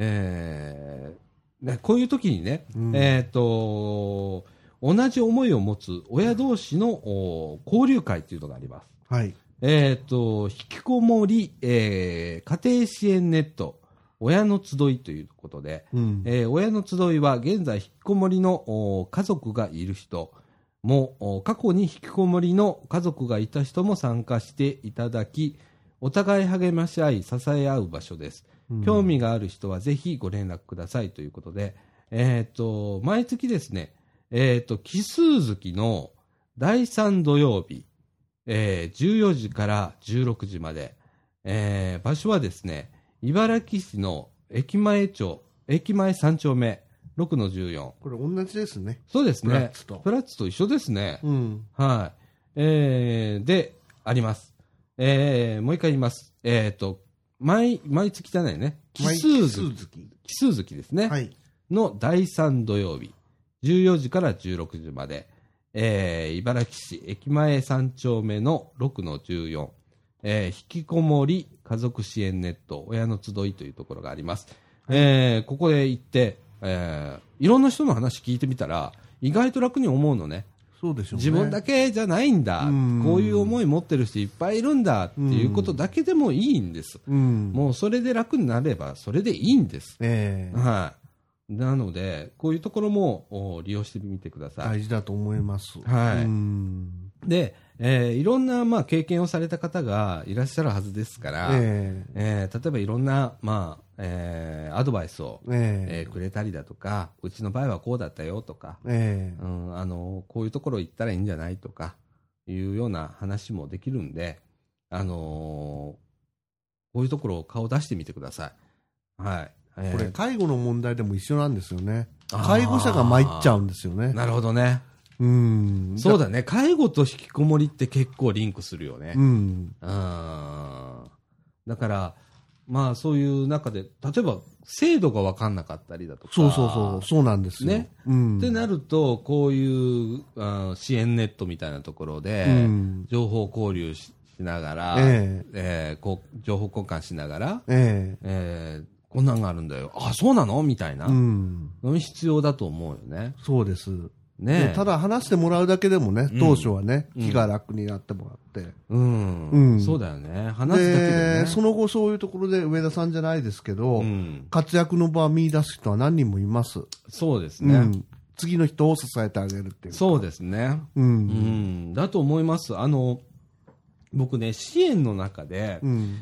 こういう時にね、同じ思いを持つ親同士の交流会というのがあります。引きこもり、家庭支援ネット、親の集いということで、親の集いは現在引きこもりの家族がいる人も、過去に引きこもりの家族がいた人も参加していただき、お互い励まし合い支え合う場所です。興味がある人はぜひご連絡くださいということで、毎月ですね、奇数月の第3土曜日、14時から16時まで、場所はですね、茨城市の駅前3丁目、6-14。 これ同じですね。 そうですね。プラッツと一緒ですね。はい。で、あります。もう一回言います。毎月じゃないね。奇数月ですね。の第3土曜日、14時から16時まで、茨城市駅前3丁目の6-14、引きこもり家族支援ネット親の集いというところがあります。ここへ行って、いろんな人の話聞いてみたら意外と楽に思うのね。 そうでしょうね。 自分だけじゃないんだ、こういう思い持ってる人いっぱいいるんだっていうことだけでもいいんです。もうそれで楽になればそれでいいんです。はい。なのでこういうところも利用してみてください。 大事だと思います。 はい。で、いろんな経験をされた方がいらっしゃるはずですから、例えばいろんなアドバイスを、くれたりだとか、うちの場合はこうだったよとか、こういうところ行ったらいいんじゃないとかいうような話もできるんで、こういうところを顔出してみてください。はい。 これ介護の問題でも一緒なんですよね。介護者が参っちゃうんですよね。 なるほどね。 そうだね。介護と引きこもりって結構リンクするよね。だから、まあそういう中で、例えば制度が分かんなかったりだとか。 そうなんですよ。 ね。ってなると、こういう支援ネットみたいなところで、情報交流しながら、情報交換しながら、こんなんがあるんだよ。あ、そうなのみたいな。必要だと思うよね。 そうです。 ね、 ただ話してもらうだけでもね、当初はね、気が楽になってもらって。 そうだよね。話すだけでね。 その後そういうところで上田さんじゃないですけど、活躍の場を見出す人は何人もいます。 そうですね。 次の人を支えてあげるっていう。 そうですね。だと思います。僕ね、支援の中で、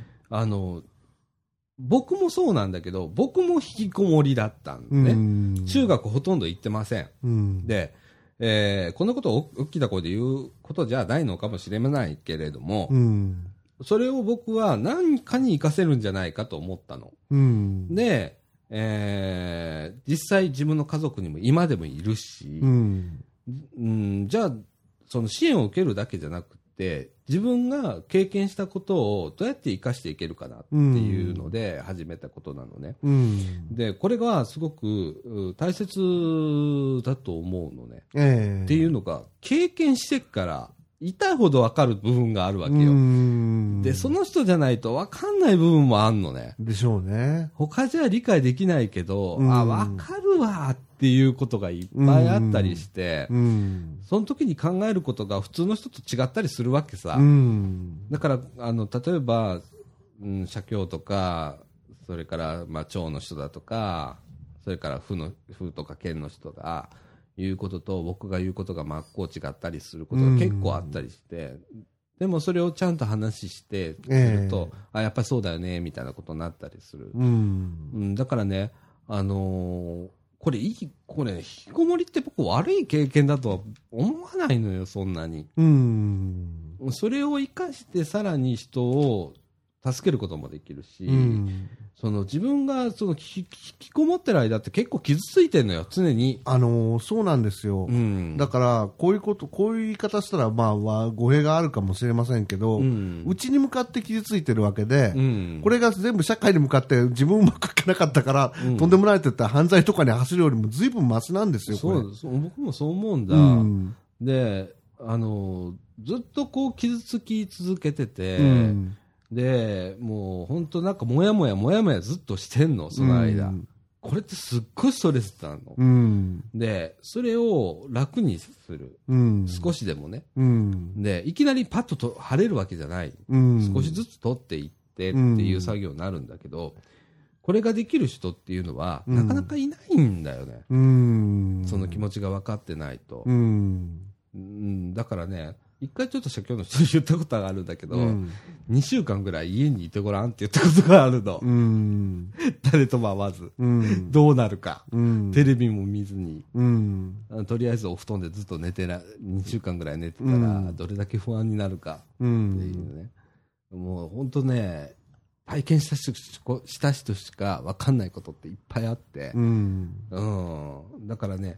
僕もそうなんだけど、僕も引きこもりだったんでね。中学ほとんど行ってません。で、こんなことを大きな声で言うことじゃないのかもしれないけれども、それを僕は何かに活かせるんじゃないかと思ったの。で、実際自分の家族にも今でもいるし、じゃあ、その支援を受けるだけじゃなくて、自分が経験したことをどうやって生かしていけるかなっていうので始めたことなのね。で、これがすごく大切だと思うのね。っていうのが、経験してから痛いほど分かる部分があるわけよ。で、その人じゃないと分かんない部分もあんのね。 でしょうね。 他じゃ理解できないけど、分かるわっていうことがいっぱいあったりして、その時に考えることが普通の人と違ったりするわけさ。だから、例えば、社協とか、それから、まあ、町の人だとか、それから府とか県の人が言うことと僕が言うことが真っ向違ったりすることが結構あったりして、でもそれをちゃんと話してすると、やっぱりそうだよねみたいなことになったりする。だからね、これ引きこもりって僕悪い経験だとは思わないのよ、そんなに。それを生かしてさらに人を助けることもできるし、その自分がその引きこもってる間って結構傷ついてるのよ、常に。 そうなんですよ。だから、こういう言い方したら、まあ、語弊があるかもしれませんけど、うちに向かって傷ついてるわけで、これが全部社会に向かって自分うまくいかなかったから、とんでもないって言ったら犯罪とかに走るよりも随分マシなんですよ、これ。 僕もそう思うんだ。で、ずっとこう傷つき続けてて、で、もう本当なんかもやもやずっとしてんの、その間。これってすっごいストレスなの。で、それを楽にする。少しでもね。で、いきなりパッと晴れるわけじゃない。少しずつ取っていってっていう作業になるんだけど、これができる人っていうのは、なかなかいないんだよね。その気持ちが分かってないと。だからね、一回ちょっと社協の人に言ったことがあるんだけど、2週間ぐらい家にいてごらんって言ったことがあるの。誰とも会わず。どうなるか。テレビも見ずに。とりあえずお布団でずっと2週間ぐらい寝てたら、どれだけ不安になるかっていうね。もう本当ね、体験した人しか分かんないことっていっぱいあって。だからね、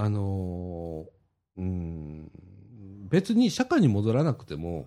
別に社会に戻らなくても、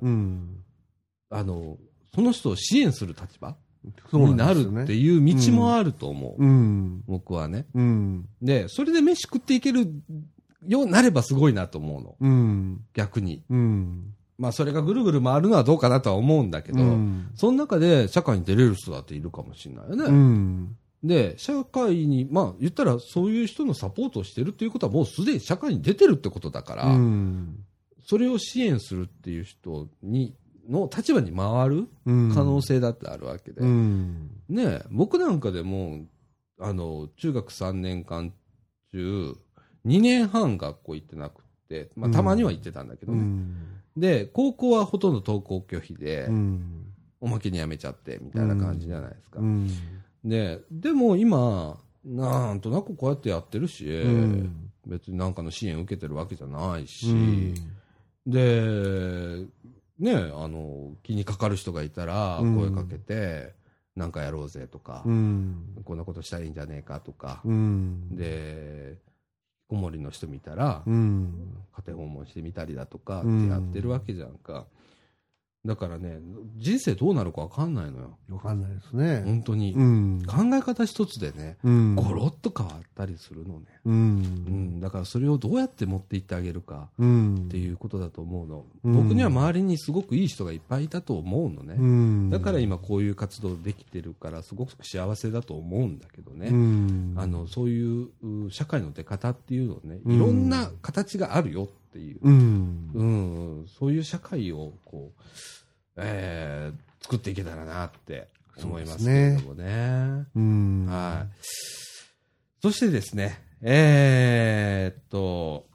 その人を支援する立場になるっていう道もあると思う。僕はね。で、それで飯食っていけるようになればすごいなと思うの。逆に。まあ、それがぐるぐる回るのはどうかなとは思うんだけど、その中で社会に出れる人だっているかもしれないよね。で、社会に、まあ、言ったらそういう人のサポートをしてるっていうことはもうすでに社会に出てるってことだから、それを支援するっていう人の立場に回る可能性だってあるわけで。ね、僕なんかでも、中学3年間中、2年半学校行ってなくて、まあ、たまには行ってたんだけどね。で、高校はほとんど登校拒否で、おまけに辞めちゃって、みたいな感じじゃないですか。でも今、なんとなくこうやってやってるし、別になんかの支援受けてるわけじゃないし、で、ね、気にかかる人がいたら声かけて、なんかやろうぜとか、こんなことしたらいいんじゃねえかとか、で、 こもりの人見たら、家庭訪問してみたりだとかってやってるわけじゃんか。だからね、人生どうなるか分かんないのよ。 分かんないですね。 本当に。考え方一つでね、ゴロッと変わったりするのね。だからそれをどうやって持っていってあげるかっていうことだと思うの。僕には周りにすごくいい人がいっぱいいたと思うのね。だから今こういう活動できてるからすごく幸せだと思うんだけどね。そういう社会の出方っていうのね、いろんな形があるよっていう、そういう社会をこう、作っていけたらなって思いますけれどもね。はい。そしてですね、ちょ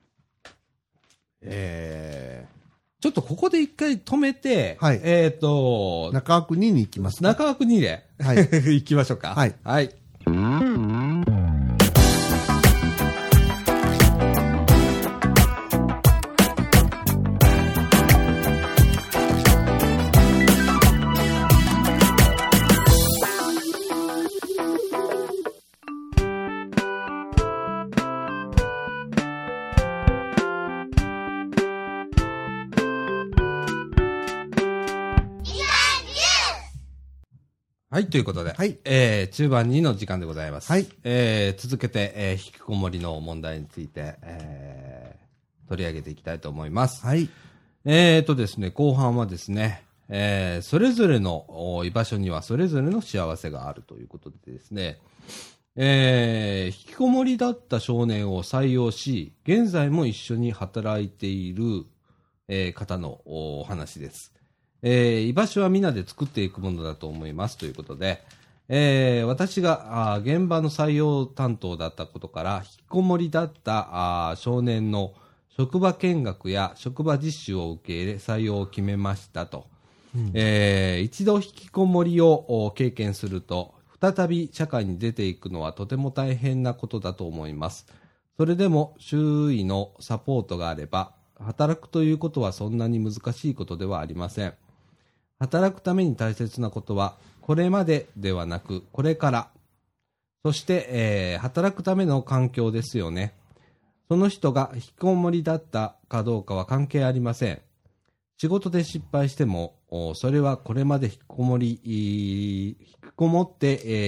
っとここで一回止めて、 はい、中枠2に行きます。 中枠2で、はい、行きましょうか。 はい。 はい。はい、ということで、はい、中盤2の時間でございます。 はい、 続けて、引きこもりの問題について、取り上げていきたいと思います。 はい。 ですね、後半はですね、それぞれの居場所にはそれぞれの幸せがあるということでですね、引きこもりだった少年を採用し、現在も一緒に働いている、方のお話です。居場所はみんなで作っていくものだと思いますということで、私が現場の採用担当だったことから引きこもりだった少年の職場見学や職場実習を受け入れ採用を決めましたと、一度引きこもりを経験すると再び社会に出ていくのはとても大変なことだと思います。それでも周囲のサポートがあれば働くということはそんなに難しいことではありません。働くために大切なことは、これまでではなく、これから。そして、働くための環境ですよね。その人が引きこもりだったかどうかは関係ありません。仕事で失敗しても、それはこれまで引きこもって、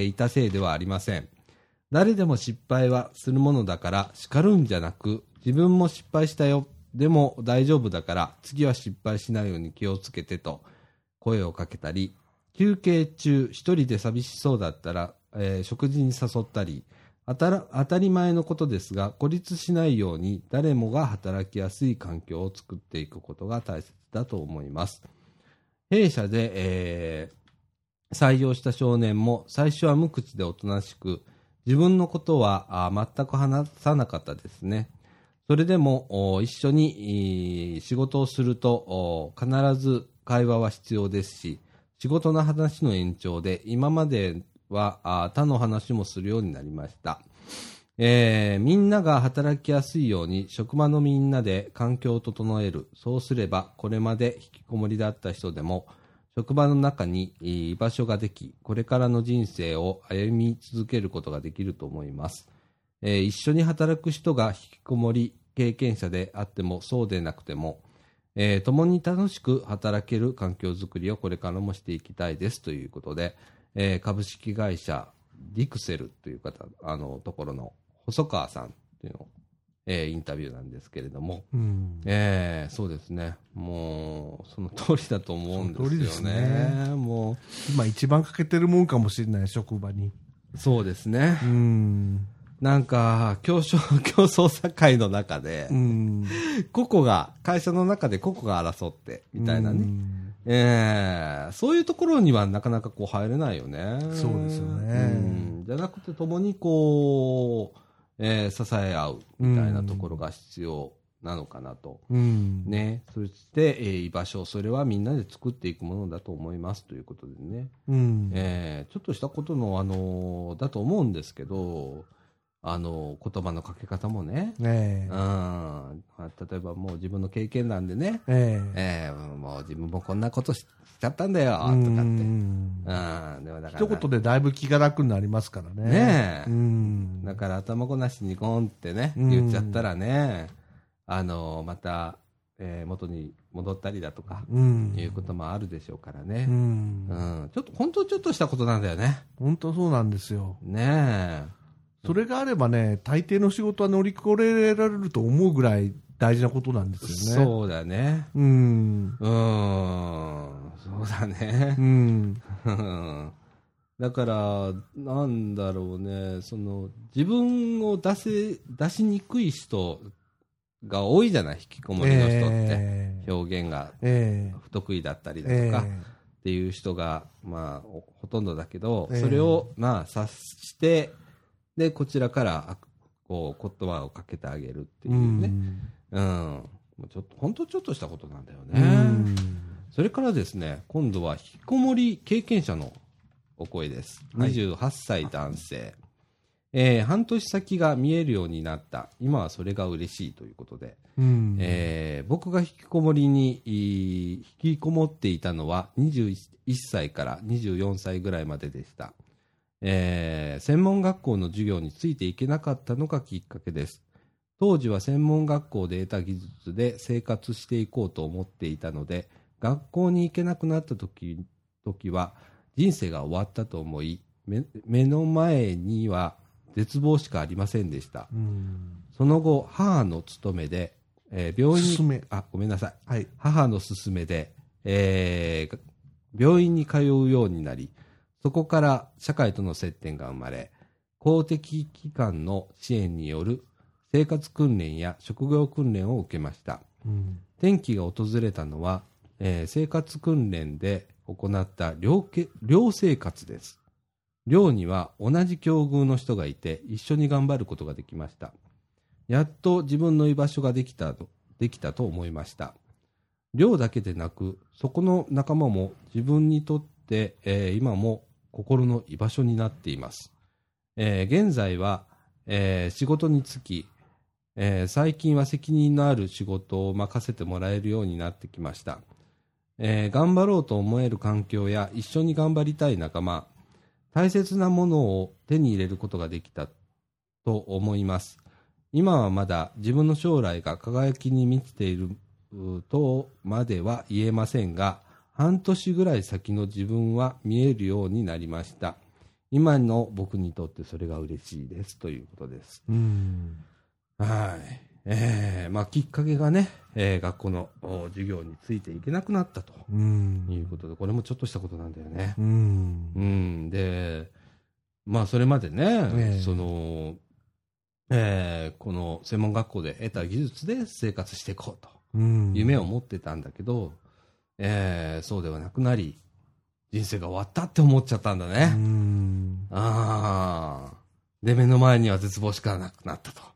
いたせいではありません。誰でも失敗はするものだから叱るんじゃなく、自分も失敗したよ。でも大丈夫だから、次は失敗しないように気をつけてと。声をかけたり、休憩中一人で寂しそうだったら、食事に誘ったり、当たり前のことですが、孤立しないように誰もが働きやすい環境を作っていくことが大切だと思います。弊社で、採用した少年も最初は無口でおとなしく、自分のことは全く話さなかったですね。それでも一緒に仕事をすると必ず会話は必要ですし、仕事の話の延長で今までは他の話もするようになりました。みんなが働きやすいように職場のみんなで環境を整える。そうすればこれまで引きこもりだった人でも職場の中に居場所ができ、これからの人生を歩み続けることができると思います。一緒に働く人が引きこもり経験者であってもそうでなくても、共に楽しく働ける環境づくりをこれからもしていきたいですということで、株式会社ディクセルというところの細川さんというの、インタビューなんですけれども、そうですね、もうその通りだと思うんですよね。もう今一番欠けてるもんかもしれない、職場に。 そうですね。なんか競争社会の中で個々が会社の中で個々が争ってみたいなね、そういうところにはなかなかこう入れないよね。 そうですよね。 じゃなくて共にこう、支え合うみたいなところが必要なのかなと、ね。そして、居場所、それはみんなで作っていくものだと思いますということでね、ちょっとしたことのだと思うんですけど、言葉のかけ方もね、例えばもう自分の経験談でね、もう自分もこんなことしちゃったんだよとかって、 でもだから一言でだいぶ気が楽になりますからね。 ねえ。だから頭ごなしにゴンってね、言っちゃったらね、また、元に戻ったりだとか、いうこともあるでしょうからね。本当ちょっとしたことなんだよね。 本当そうなんですよ。 ねえ。 それがあればね、大抵の仕事は乗り越えられると思うぐらい大事なことなんですよね。 そうだね。そうだね。だから、なんだろうね、自分を出しにくい人が多いじゃない、引きこもりの人って。表現が不得意だったりだとか、っていう人が、まあ、ほとんどだけど、それを、まあ、察して、で、こちらから、こう、言葉をかけてあげるっていうね。本当ちょっとしたことなんだよね。それからですね、今度は引きこもり経験者のお声です。28歳男性。半年先が見えるようになった。今はそれが嬉しいということで。僕が引きこもっていたのは21歳から24歳ぐらいまででした。専門学校の授業についていけなかったのがきっかけです。当時は専門学校で得た技術で生活していこうと思っていたので、学校に行けなくなった時は人生が終わったと思い、目の前には絶望しかありませんでした。その後、母の勤めで、病院に、ごめんなさい。母の勧めで、病院に通うようになり、そこから社会との接点が生まれ、公的機関の支援による生活訓練や職業訓練を受けました。転機が訪れたのは、生活訓練で行った寮生活です。寮には同じ境遇の人がいて一緒に頑張ることができました。やっと自分の居場所ができたと思いました。寮だけでなく、そこの仲間も自分にとって、今も心の居場所になっています。現在は、仕事に就き、最近は責任のある仕事を任せてもらえるようになってきました。頑張ろうと思える環境や一緒に頑張りたい仲間、大切なものを手に入れることができたと思います。今はまだ自分の将来が輝きに満ちているとまでは言えませんが、半年ぐらい先の自分は見えるようになりました。今の僕にとってそれが嬉しいですということです。はい。まあ、きっかけがね、学校の授業についていけなくなったということで、これもちょっとしたことなんだよね。で、まあ、それまでね、この専門学校で得た技術で生活していこうと、夢を持ってたんだけど、そうではなくなり、人生が終わったって思っちゃったんだね。で、目の前には絶望しかなくなったと。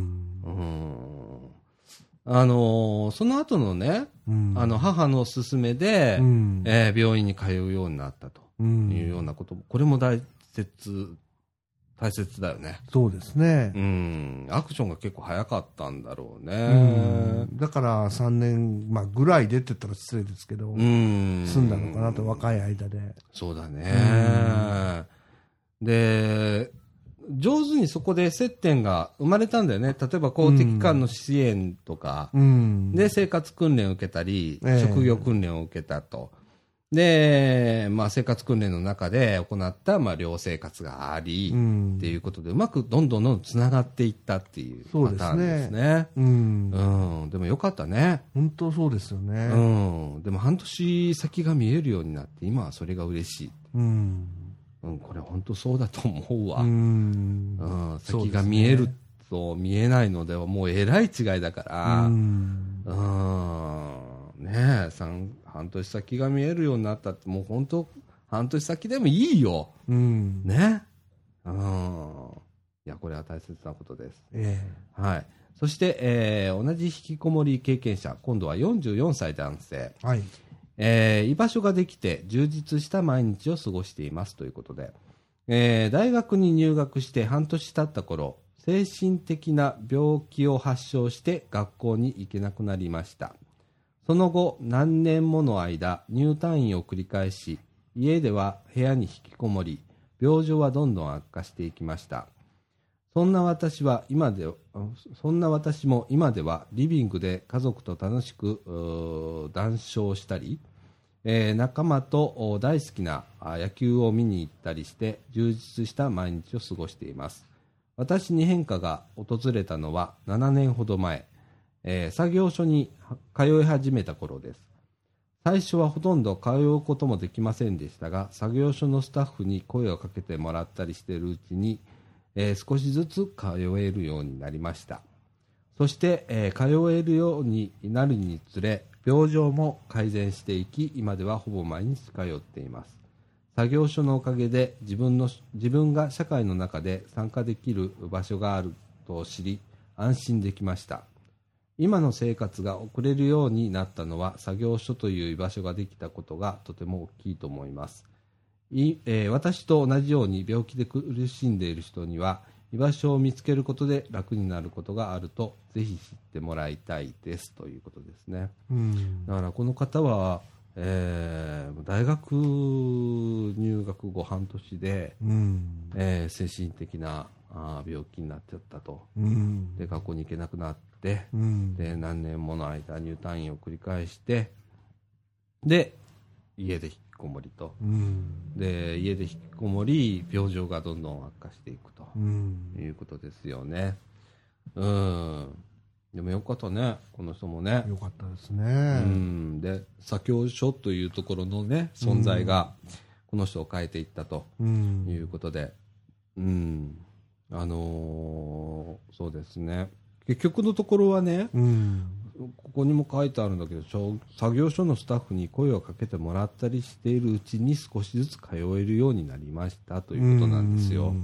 その後のね、母の勧めで、病院に通うようになったというようなことも、これも大切だよね。 そうですね。 アクションが結構早かったんだろうね。 だから3年、ぐらい出てたら失礼ですけど、済んだのかなと、若い間で。 そうだね。で、上手にそこで接点が生まれたんだよね。例えば公的機関の支援とか、で、生活訓練を受けたり、職業訓練を受けたと。で、まあ、生活訓練の中で行った、寮生活があり、っていうことで、うまくどんどんつながっていったっていうパターンですね。でもよかったね。 本当そうですよね。 でも半年先が見えるようになって、今はそれが嬉しい。これ本当そうだと思うわ。先が見えると見えないのではもうえらい違いだから、ねえ、半年先が見えるようになったって、もう本当半年先でもいいよ。ね。いや、これは大切なことです。はい。そして、同じ引きこもり経験者、今度は44歳男性。居場所ができて充実した毎日を過ごしていますということで、大学に入学して半年経った頃、精神的な病気を発症して学校に行けなくなりました。その後、何年もの間、入退院を繰り返し、 家では部屋に引きこもり、病状はどんどん悪化していきました。そんな私も今ではリビングで家族と楽しく談笑したり、仲間と大好きな野球を見に行ったりして充実した毎日を過ごしています。私に変化が訪れたのは7年ほど前、作業所に通い始めた頃です。最初はほとんど通うこともできませんでしたが、作業所のスタッフに声をかけてもらったりしているうちに、少しずつ通えるようになりました。そして、通えるようになるにつれ、病状も改善していき、今ではほぼ毎日通っています。作業所のおかげで自分が社会の中で参加できる場所があると知り、安心できました。今の生活が送れるようになったのは、作業所という居場所ができたことがとても大きいと思います。私と同じように病気で苦しんでいる人には、居場所を見つけることで楽になることがあると、ぜひ知ってもらいたいですということですね。だからこの方は、大学入学後半年で、精神的な病気になっちゃったと、で学校に行けなくなって、で何年もの間入退院を繰り返して、で家で引きこもりと、で家で引きこもり病状がどんどん悪化していくと、いうことですよね。でもよかったね、この人もね。 よかったですね。 で作業所というところのね存在がこの人を変えていったということで、そうですね。結局のところはね、ここにも書いてあるんだけど、作業所のスタッフに声をかけてもらったりしているうちに少しずつ通えるようになりましたということなんですよ。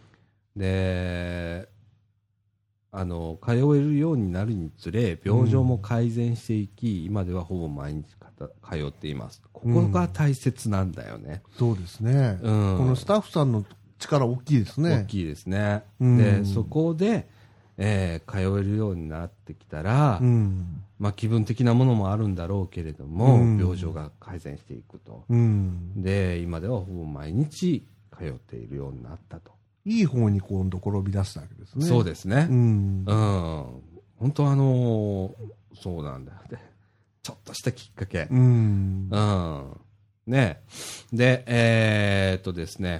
で、通えるようになるにつれ病状も改善していき、今ではほぼ毎日通っています。ここが大切なんだよね。 そうですね、このスタッフさんの力大きいですね。 大きいですね。でそこで、通えるようになってきたら、気分的なものもあるんだろうけれども、病状が改善していくと、で今ではほぼ毎日通っているようになったと。 いい方に今度転び出したわけですね。 そうですね。本当そうなんだよね。ちょっとしたきっかけ。ね。で、ですね。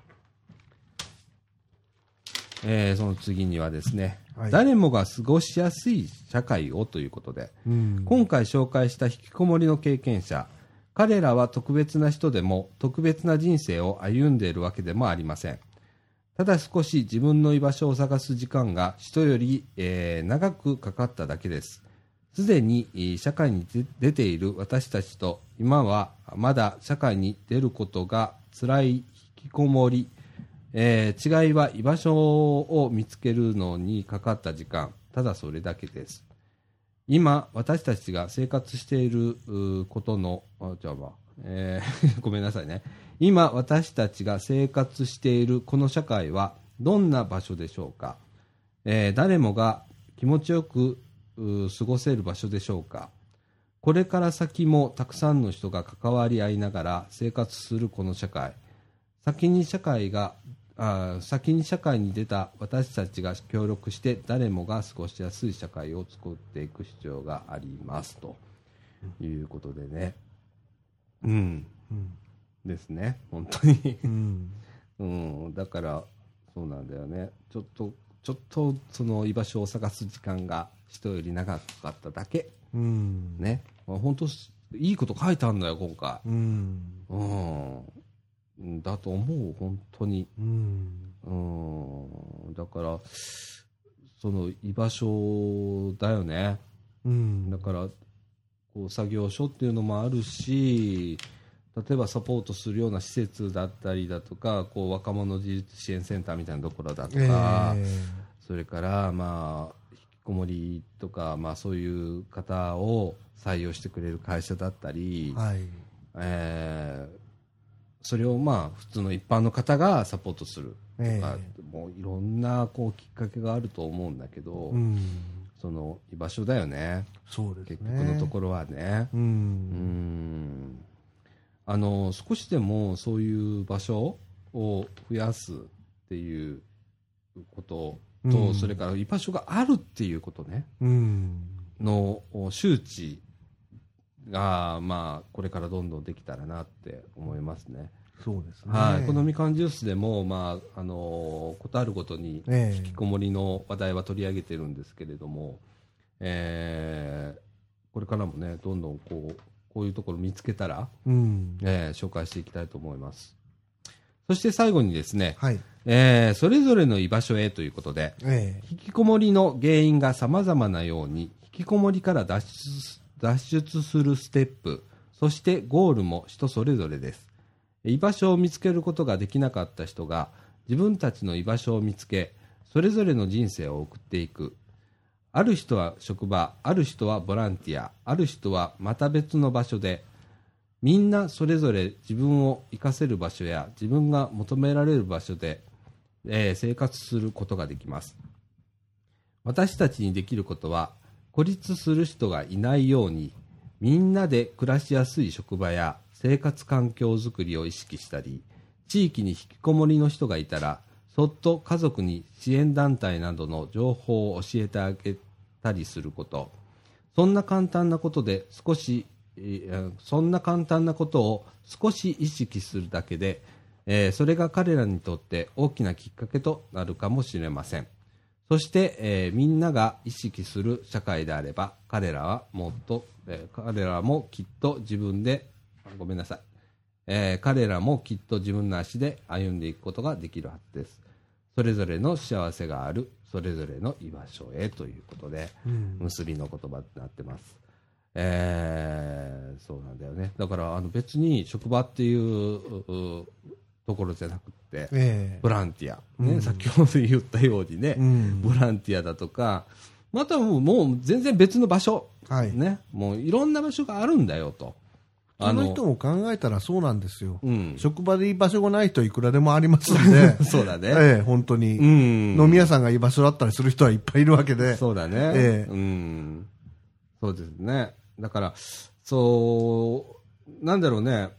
その次にはですね、誰もが過ごしやすい社会をということで、今回紹介した引きこもりの経験者、彼らは特別な人でも特別な人生を歩んでいるわけでもありません。ただ少し自分の居場所を探す時間が人より、長くかかっただけです。すでに社会に出ている私たちと今はまだ社会に出ることが辛い引きこもり、違いは居場所を見つけるのにかかった時間、ただそれだけです。今私たちが生活していることのごめんなさいね。今私たちが生活しているこの社会はどんな場所でしょうか。誰もが気持ちよく過ごせる場所でしょうか。これから先もたくさんの人が関わり合いながら生活するこの社会、先に社会に出た私たちが協力して誰もが過ごしやすい社会を作っていく必要がありますということでね。ですね、本当に、だからそうなんだよね。ちょっとその居場所を探す時間が人より長かっただけ、ね、本当いいこと書いてあるんだよ今回。だと思う本当に。だからその居場所だよね。だからこう作業所っていうのもあるし、例えばサポートするような施設だったりだとか、こう若者自立支援センターみたいなところだとか、それから引きこもりとか、そういう方を採用してくれる会社だったり、それを普通の一般の方がサポートするとか、もういろんなこうきっかけがあると思うんだけど、その居場所だよね。 そうですね。 結局のところはね。 少しでもそういう場所を増やすっていうことと、それから居場所があるっていうことね、の周知が、これからどんどんできたらなって思いますね。 そうですね。 はい。このみかんジュースでも、ことあるごとに引きこもりの話題は取り上げてるんですけれども、これからもね、どんどんこういうところ見つけたら、紹介していきたいと思います。そして最後にですね、はい、それぞれの居場所へということで、引きこもりの原因が様々なように、引きこもりから脱出するステップ、そしてゴールも人それぞれです。居場所を見つけることができなかった人が自分たちの居場所を見つけ、それぞれの人生を送っていく。ある人は職場、ある人はボランティア、ある人はまた別の場所で、みんなそれぞれ自分を生かせる場所や自分が求められる場所で、生活することができます。私たちにできることは、孤立する人がいないように、みんなで暮らしやすい職場や生活環境づくりを意識したり、地域に引きこもりの人がいたら、そっと家族に支援団体などの情報を教えてあげたりすること、そんな簡単なことを少し意識するだけで、それが彼らにとって大きなきっかけとなるかもしれません。そして、みんなが意識する社会であれば、彼らもきっと自分の足で歩んでいくことができるはずです。それぞれの幸せがある、それぞれの居場所へということで、結びの言葉になってます。そうなんだよね。だから別に職場っていうところじゃなくて、ボランティア、先ほど言ったようにね、ボランティアだとか、またもう全然別の場所、もういろんな場所があるんだよと。 その人も考えたらそうなんですよ。職場で居場所がない人はいくらでもありますので。 そうだね。 本当に。飲み屋さんが居場所だったりする人はいっぱいいるわけで。 そうだね。そうですね。だから、なんだろうね。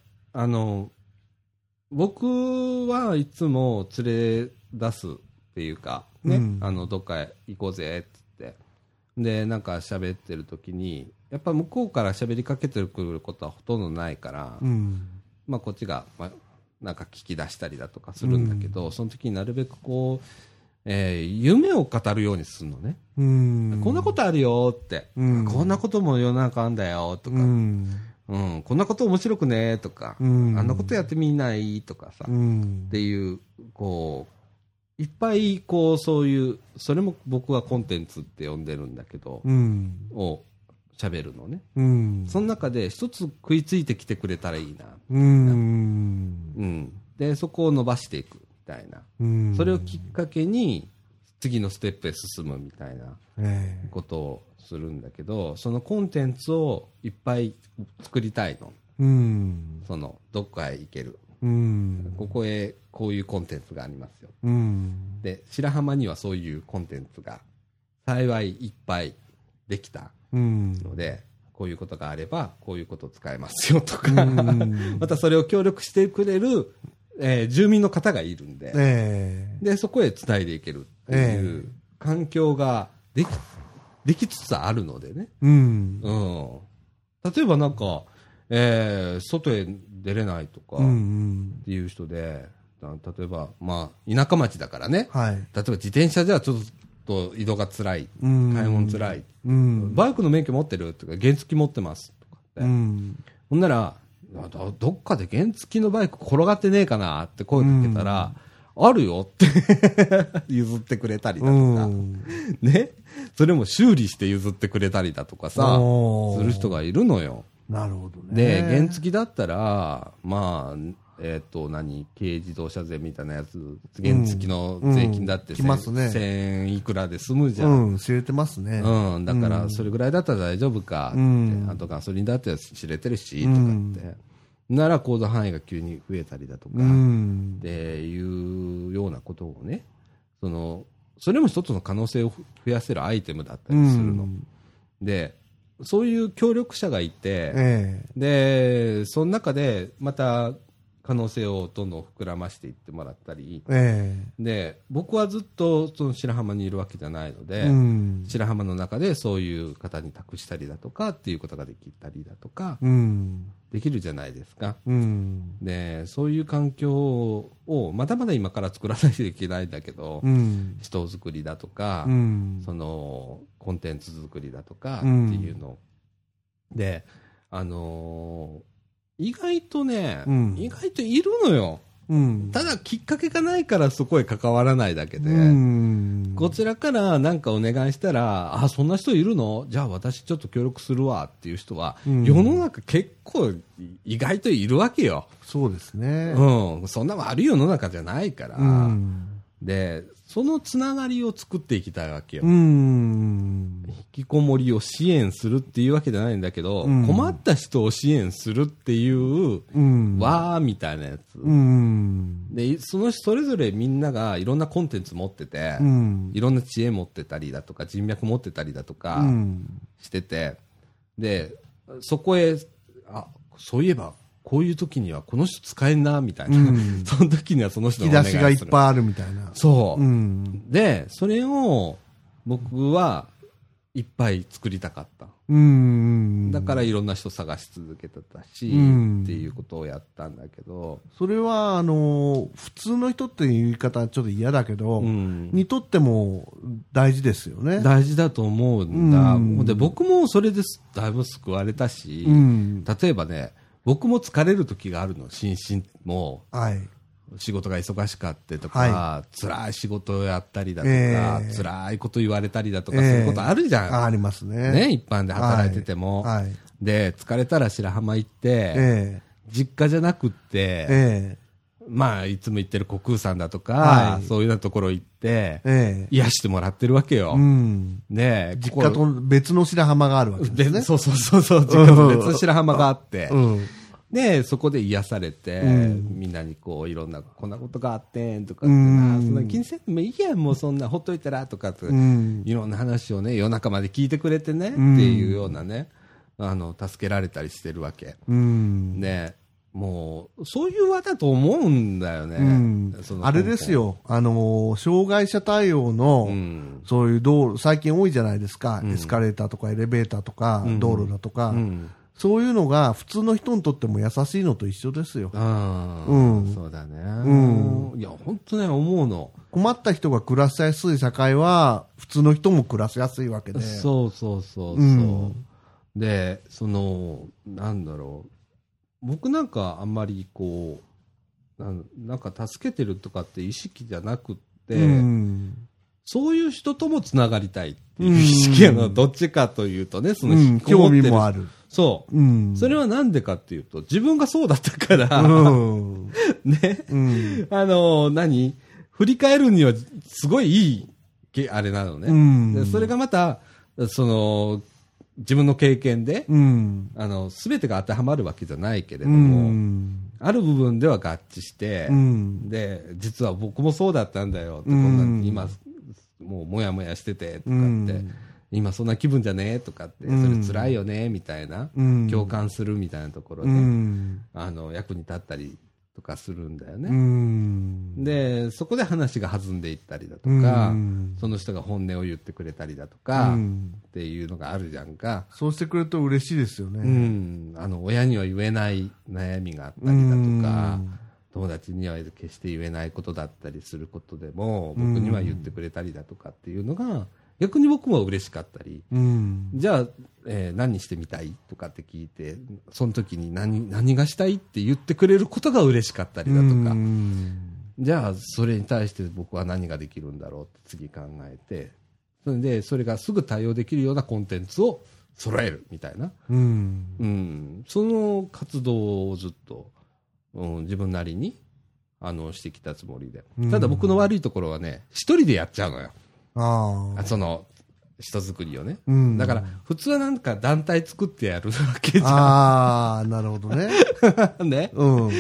僕はいつも連れ出すっていうか、ね、どっかへ行こうぜってって。で、なんか喋ってる時に、やっぱ向こうから喋りかけてくることはほとんどないから、こっちが、なんか聞き出したりだとかするんだけど、その時になるべく夢を語るようにするのね。こんなことあるよって、こんなことも世の中あんだよとか、こんなこと面白くねとか、あんなことやってみないとかさ、っていう、いっぱいそういう、それも僕はコンテンツって呼んでるんだけど、を喋るのね。その中で一つ食いついてきてくれたらいいな。で、そこを伸ばしていくみたいな。それをきっかけに次のステップへ進むみたいなことをするんだけど、そのコンテンツをいっぱい作りたいの。どっかへ行ける。ここへこういうコンテンツがありますよ。で、白浜にはそういうコンテンツが幸いいっぱいできたので、こういうことがあればこういうことを使えますよとかまたそれを協力してくれる、住民の方がいるんで、でそこへつないでいけるっていう環境ができつつあるのでね、例えばなんか、外へ出れないとかっていう人で、例えば田舎町だからね、例えば自転車じゃちょっと移動が辛い、買い物辛い、バイクの免許持ってるとか原付持ってますとかって、ほんならどっかで原付のバイク転がってねえかなって声かけたら、あるよって譲ってくれたりだとか、ね、それも修理して譲ってくれたりだとかさ、する人がいるのよ。 なるほどね。 で、原付だったら、軽自動車税みたいなやつ、原付の税金だって1000いくらで済むじゃん。 知れてますね。 だから、それぐらいだったら大丈夫かって、あとガソリンだって知れてるし、とかって。なら、行動範囲が急に増えたりだとか、っていうようなことをね、それも一つの可能性を増やせるアイテムだったりするの。で、 そういう協力者がいて、で、その中でまた可能性をどんどん膨らましていってもらったり、で、僕はずっとその白浜にいるわけじゃないので、白浜の中でそういう方に託したりだとかっていうことができたりだとか、できるじゃないですか。で、そういう環境をまだまだ今から作らないといけないんだけど、人作りだとか、そのコンテンツ作りだとかっていうの、で、意外とね、意外といるのよ。ただきっかけがないからそこへ関わらないだけで、こちらからなんかお願いしたら、あ、そんな人いるの？じゃあ私ちょっと協力するわっていう人は、世の中結構意外といるわけよ。 そうですね。 そんな悪い世の中じゃないから。で、そのつながりを作っていきたいわけよ。引きこもりを支援するっていうわけじゃないんだけど、困った人を支援するっていう、わーみたいなやつ。で、それぞれみんながいろんなコンテンツ持ってて、いろんな知恵持ってたりだとか、人脈持ってたりだとかしてて、で、そこへ、あ、そういえば、こういう時にはこの人使えんなみたいな、その時にはその人のお願いする。 引き出しがいっぱいあるみたいな。 そう、でそれを僕はいっぱい作りたかった。だからいろんな人探し続けてたし、っていうことをやったんだけど、 それは普通の人っていう言い方はちょっと嫌だけど、にとっても大事ですよね。 大事だと思うんだ。で僕もそれでだいぶ救われたし、例えばね、僕も疲れる時があるの。心身も、仕事が忙しかってとか、辛い仕事をやったりだとか、辛いこと言われたりだとか、そういうことあるじゃん。 ありますね。 ね、一般で働いてても。で、疲れたら白浜行って、実家じゃなくって、まあ、いつも行ってる国空さんだとか、そういうようなところ行って、癒してもらってるわけよ。ね、 実家と別の白浜があるわけですね。 そう、実家と別の白浜があって、で、そこで癒されて、みんなにこう、いろんな、こんなことがあってんとかってな、そんな気にせんでもいいやん、もうそんな、ほっといたらとかって、いろんな話をね、夜中まで聞いてくれてね、っていうようなね、助けられたりしてるわけ。ね、もう、そういう輪だと思うんだよね。 あれですよ、障害者対応の、そういう道路、最近多いじゃないですか、エスカレーターとかエレベーターとか、道路だとか、そういうのが普通の人にとっても優しいのと一緒ですよ。 そうだね。いや、本当ね、思うの。 困った人が暮らしやすい社会は、普通の人も暮らしやすいわけで。 そう。で、なんだろう。僕なんかあんまりこう、なんか助けてるとかって意識じゃなくって、そういう人ともつながりたいっていう意識どっちかというとね、その引きこもってる。 興味もある。 そう。それはなんでかっていうと、自分がそうだったから、ね。振り返るにはすごいいい、あれなのね。でそれがまた、自分の経験で、すべてが当てはまるわけじゃないけれども、ある部分では合致して、で、実は僕もそうだったんだよって、こんな今、もうもやもやしてて、とかって、今そんな気分じゃねえとかって、それ辛いよね、みたいな、共感するみたいなところで、役に立ったりとかするんだよね。で、そこで話が弾んでいったりだとか、その人が本音を言ってくれたりだとか、っていうのがあるじゃんか。 そうしてくれると嬉しいですよね。 親には言えない悩みがあったりだとか、友達には決して言えないことだったりすることでも、僕には言ってくれたりだとかっていうのが、逆に僕も嬉しかったり、じゃあ、何してみたいとかって聞いて、その時に何がしたいって言ってくれることが嬉しかったりだとか、じゃあそれに対して僕は何ができるんだろうって次考えて、それでそれがすぐ対応できるようなコンテンツを揃えるみたいな、その活動をずっと、自分なりにしてきたつもりで、ただ僕の悪いところはね、一人でやっちゃうのよ。その人作りをね、だから普通はなんか団体作ってやるわけじゃん。 なるほどね。 ね、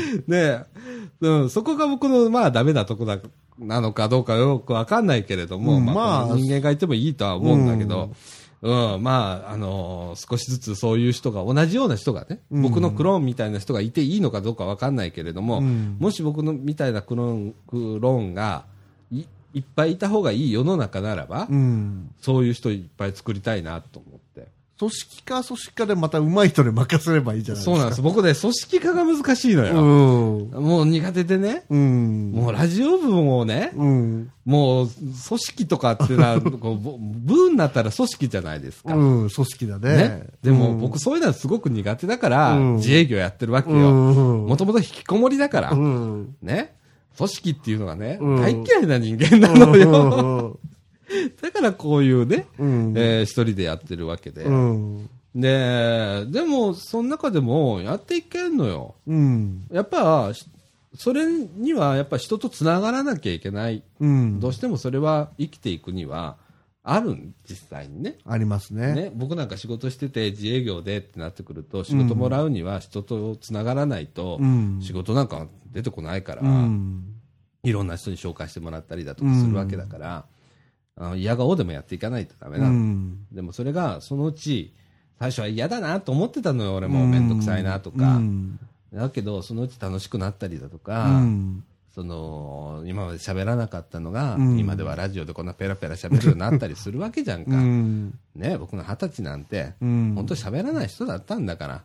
そこが僕のまあダメなとこなのかどうかよくわかんないけれども、まあ人間がいてもいいとは思うんだけど、 まあ、少しずつそういう人が、同じような人がね、僕のクローンみたいな人がいていいのかどうかわかんないけれども、もし僕のみたいなクローンがいっぱいいた方がいい世の中ならば、そういう人いっぱい作りたいなと思って。 組織化でまた上手い人で任せればいいじゃないですか。 そうなんです。僕ね、組織化が難しいのよ。もう苦手でね。もうラジオ部もね、もう組織とかっていうのは、部になったら組織じゃないですか。 組織だね。 でも僕そういうのはすごく苦手だから、自営業やってるわけよ。もともと引きこもりだから。ね。組織っていうのがね、大嫌いな人間なのよ。だからこういうね、一人でやってるわけで。でも、その中でもやっていけんのよ。やっぱ、それにはやっぱ人とつながらなきゃいけない。どうしてもそれは生きていくにはある実際にね。 ありますね。 僕なんか仕事してて自営業でってなってくると、仕事もらうには人とつながらないと、仕事なんか出てこないから、いろんな人に紹介してもらったりだとかするわけだから、嫌顔でもやっていかないとダメなの。でもそれがそのうち最初は嫌だなと思ってたのよ、俺もめんどくさいなとか。だけどそのうち楽しくなったりだとか、今まで喋らなかったのが、今ではラジオでこんなペラペラ喋るようになったりするわけじゃんか。ね、僕の20歳なんて、本当喋らない人だったんだから。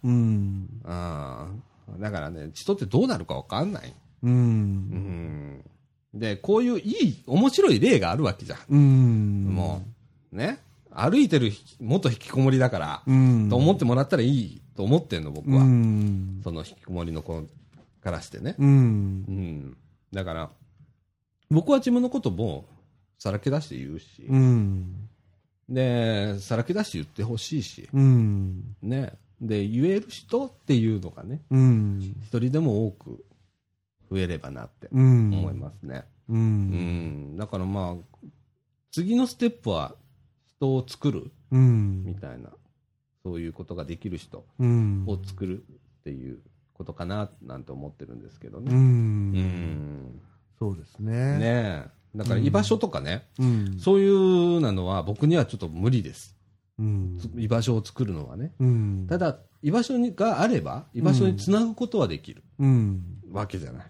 だからね、人ってどうなるかわかんない。で、こういう面白い例があるわけじゃん。もう、ね。歩いてる元引きこもりだから、と思ってもらったらいいと思ってんの、僕は。その引きこもりの子からしてね。だから、僕は自分のこともさらけ出して言うし、で、さらけ出して言ってほしいし、ね。で、言える人っていうのがね、一人でも多く増えればなって思いますね。だからまあ、次のステップは人を作るみたいな、そういうことができる人を作るっていうことかななんて思ってるんですけどね。 そうですね。 ね、だから居場所とかね、そういうのは僕にはちょっと無理です。居場所を作るのはね。ただ居場所があれば居場所につなぐことはできるわけじゃない。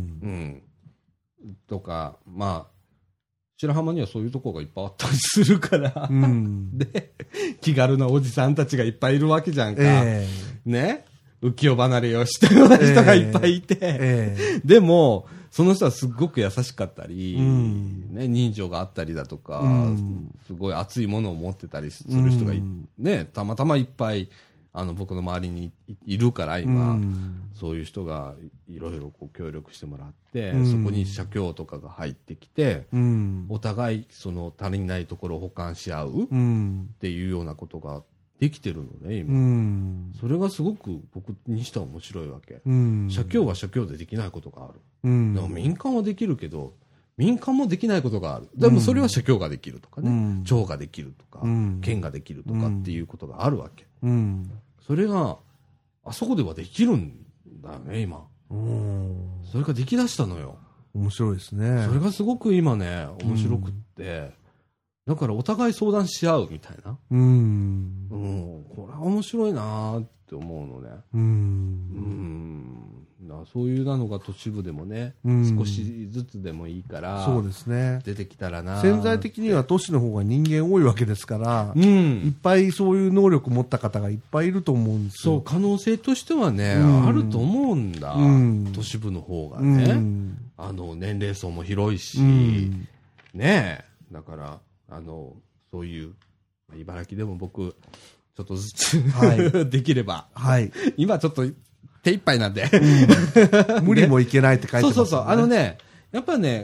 とか、まあ白浜にはそういうところがいっぱいあったりするから、で気軽なおじさんたちがいっぱいいるわけじゃんか。ね、浮世離れをしたような人がいっぱいいて、でもその人はすごく優しかったり、ね、人情があったりだとか、すごい熱いものを持ってたりする人がね、たまたまいっぱい僕の周りにいるから今、そういう人がいろいろ協力してもらって、そこに社協とかが入ってきて、お互いその足りないところを補完し合うっていうようなことができてるのね今、それがすごく僕にしては面白いわけ。社協は社協でできないことがある、でも民間はできるけど民間もできないことがある。でもそれは社協ができるとかね、町ができるとか、県ができるとかっていうことがあるわけ。それがあそこではできるんだよね今。それができだしたのよ。 面白いですね。 それがすごく今ね面白くって、だからお互い相談し合うみたいな。これは面白いなーって思うのね。そういうのが都市部でもね、少しずつでもいいから、そうですね、出てきたらな。 潜在的には都市の方が人間多いわけですから、いっぱいそういう能力を持った方がいっぱいいると思うんですよ。 そう、可能性としてはね、あると思うんだ。都市部の方がね、年齢層も広いし、ね、だからそういう茨城でも僕ちょっとずつできれば、今ちょっと手一杯なんで、 無理もいけないって書いてますね。 そうやっぱね、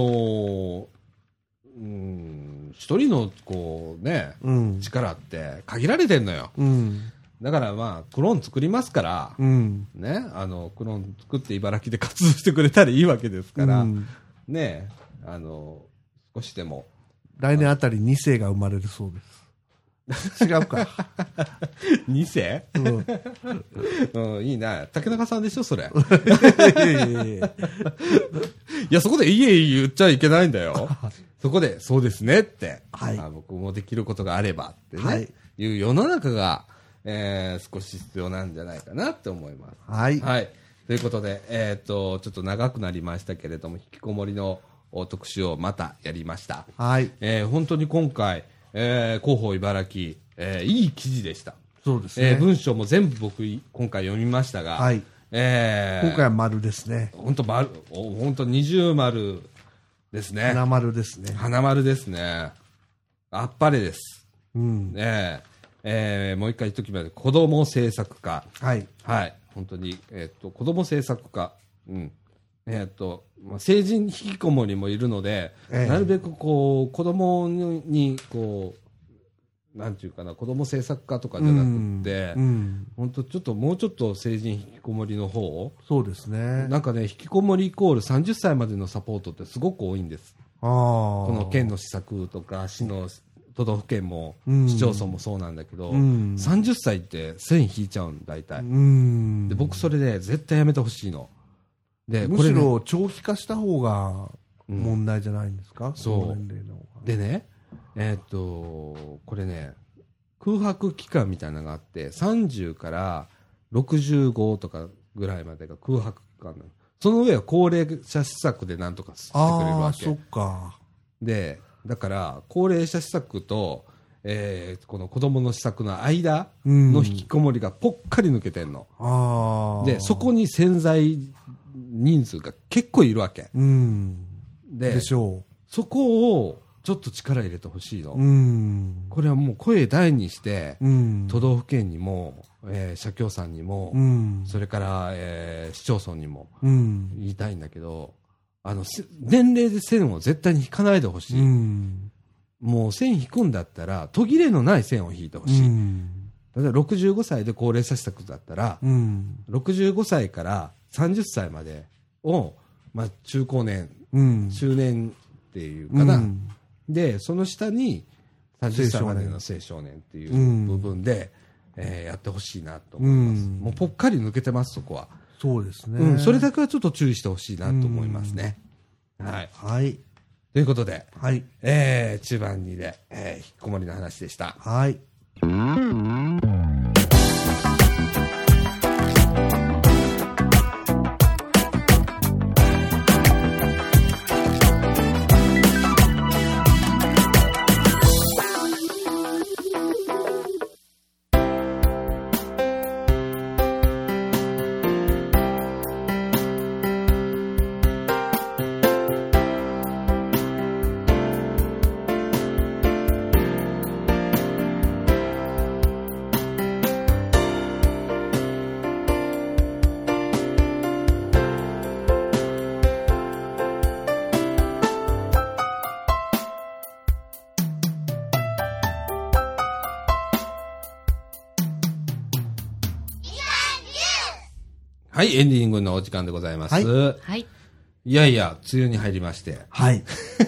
一人のこうね、力って限られてんのよ。だからまあクローン作りますから、ね、クローン作って茨城で活動してくれたらいいわけですから、ね、少しでも来年あたり2世が生まれるそうです。違うか。 2世？いいな。竹中さんでしょ、それ。いや、そこで言っちゃいけないんだよ。 そこで、そうですねって、 はい、 僕もできることがあればってね、はい、いう世の中が、少し必要なんじゃないかなって思います。 はい。 はい。ということで、ちょっと長くなりましたけれども、引きこもりの特集をまたやりました。 はい。 本当に今回、広報茨城、いい記事でした。 そうですね。 文章も全部僕、今回読みましたが、 はい。今回は丸ですね。 本当二重丸ですね。 花丸ですね。 花丸ですね。あっぱれです。 うん。 もう一回言っときます。子供政策課。 はい。 はい。本当に、子供政策課。うん。成人引きこもりもいるので、なるべくこう、子供に、こう、なんていうかな、子供政策課とかじゃなくて、本当ちょっと、もうちょっと成人引きこもりの方を。 そうですね。 なんかね、引きこもりイコール30歳までのサポートってすごく多いんです。この県の施策とか、市の、都道府県も市町村もそうなんだけど、30歳って線引いちゃうん大体。で僕それで絶対やめてほしいの。でむしろ長期化した方が問題じゃないんですか、 そうでね、これね空白期間みたいなのがあって30から65とかぐらいまでが空白期間なの。その上は高齢者施策でなんとかしてくれるわけ。 そっか。 でだから高齢者施策と、この子供の施策の間の引きこもりがぽっかり抜けてんの。でそこに潜在人数が結構いるわけ。 でしょう。 そこをちょっと力入れてほしいの。これはもう声大にして、都道府県にも、社協さんにも、それから、市町村にも言いたいんだけど、年齢で線を絶対に引かないでほしい。もう線引くんだったら途切れのない線を引いてほしい。例えば65歳で高齢者施策だったら、65歳から30歳までを、まあ、中高年、中年っていうかな、でその下に30歳までの青少年っていう部分で、やってほしいなと思います。もうぽっかり抜けてますそこは。 そうですね。 それだけはちょっと注意してほしいなと思いますね。はい。 はい。 ということで、 はい。 中盤2で、引きこもりの話でした。 はい。 はい、エンディングのお時間でございます。 はい。 いやいや、梅雨に入りまして。 はい。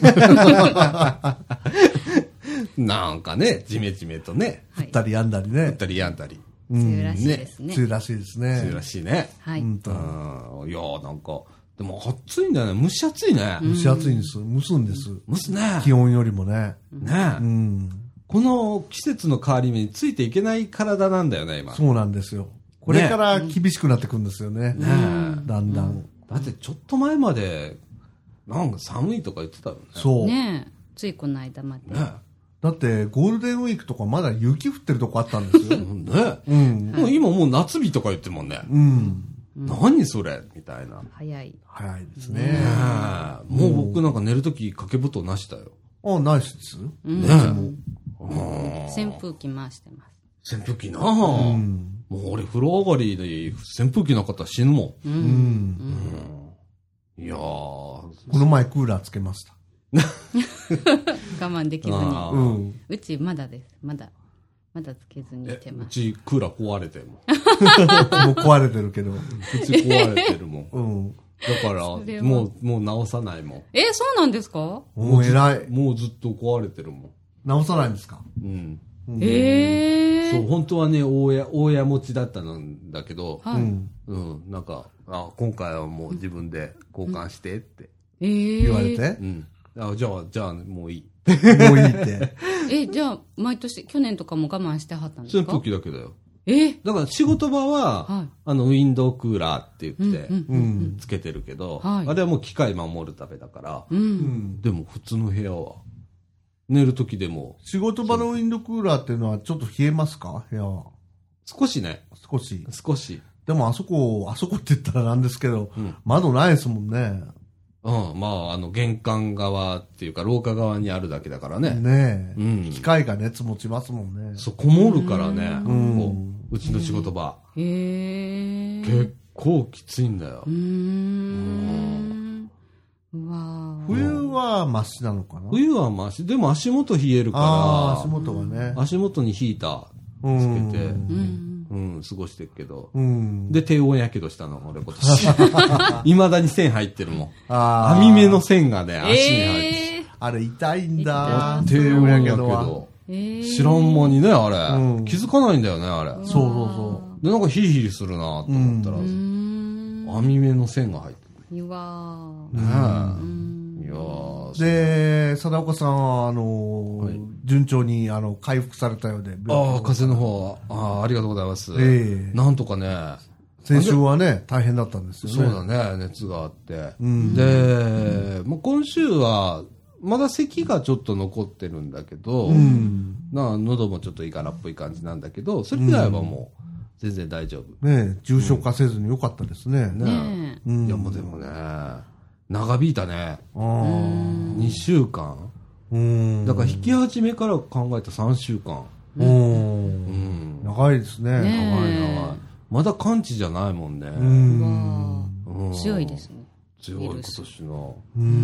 なんかね、じめじめとね。 降ったりやんだりね。 降ったりやんだり。 梅雨らしいですね。 梅雨らしいですね。 梅雨らしいね。 はい。 いやなんか、でも暑いんだよね。蒸し暑いね。 蒸し暑いんです。蒸すんです。 蒸すね。 気温よりもね。 ね。この季節の変わり目についていけない体なんだよね、今。 そうなんですよ。これから厳しくなってくるんですよね。だんだん。 だってちょっと前まで、なんか寒いとか言ってたよね。 そう。 ねえ。ついこの間まで。 ね。だってゴールデンウィークとかまだ雪降ってるとこあったんですよ。 ね。もう今もう夏日とか言ってるもんね。何それみたいな。 早い。 早いですね。 もう僕なんか寝るとき掛け布団なしだよ。 あ、ナイスです。 ね扇風機回してます。 扇風機なぁ。もう俺風呂上がりで扇風機なかったら死ぬもん。いやー。この前クーラーつけました。 我慢できずに。うちまだです。まだつけずにいてます。 うちクーラー壊れてるもん。 もう壊れてるけど。うち壊れてるもん。だから、もう直さないもん。 そうなんですか？ もう偉い。 もうずっと壊れてるもん。 直さないんですか？ そう、本当はね、大家持ちだったんだけど、なんか、今回はもう自分で交換してって。 言われて？ じゃあ、もういい。 もういいって。 じゃあ、毎年、去年とかも我慢してはったんですか？ その時だけだよ。 だから仕事場は、はい、ウィンドウクーラーって言って、つけてるけど、 はい、 あれはもう機械守るためだから、でも普通の部屋は、寝る時でも。 仕事場のウィンドウクーラーっていうのはちょっと冷えますか？部屋は。 少しね。 少し。 でもあそこって言ったらなんですけど、窓ないですもんね。 玄関側っていうか、廊下側にあるだけだからね。 ねえ。機械が熱持ちますもんね。 そう、こもるからね。うちの仕事場。結構きついんだよ。 冬はマシなのかな？ 冬はマシ。でも足元冷えるから。 足元はね。 足元にヒーターつけて。過ごしてるけど。で、低温やけどしたの、俺今年。未だに線入ってるもん。網目の線がね、足に入ってる。 あれ痛いんだ。 低温やけど。知らん間にね、あれ。気づかないんだよね、あれ。 そう。 で、なんかヒリヒリするなと思ったら、網目の線が入ってる。 うわで、貞岡さんは、順調に、回復されたようで。 風邪の方は、ありがとうございます。なんとかね。 先週はね、大変だったんですよね。 そうだね、熱があって。で、今週は、まだ咳がちょっと残ってるんだけど、喉もちょっといがらっぽい感じなんだけど、それ以外はもう、全然大丈夫。 ね、重症化せずによかったですね。 いや、もうでもね、長引いたね。2週間。だから引き始めから考えた3週間。 長いですね。 長い。まだ完治じゃないもんね。 強いですね。 強い今年の。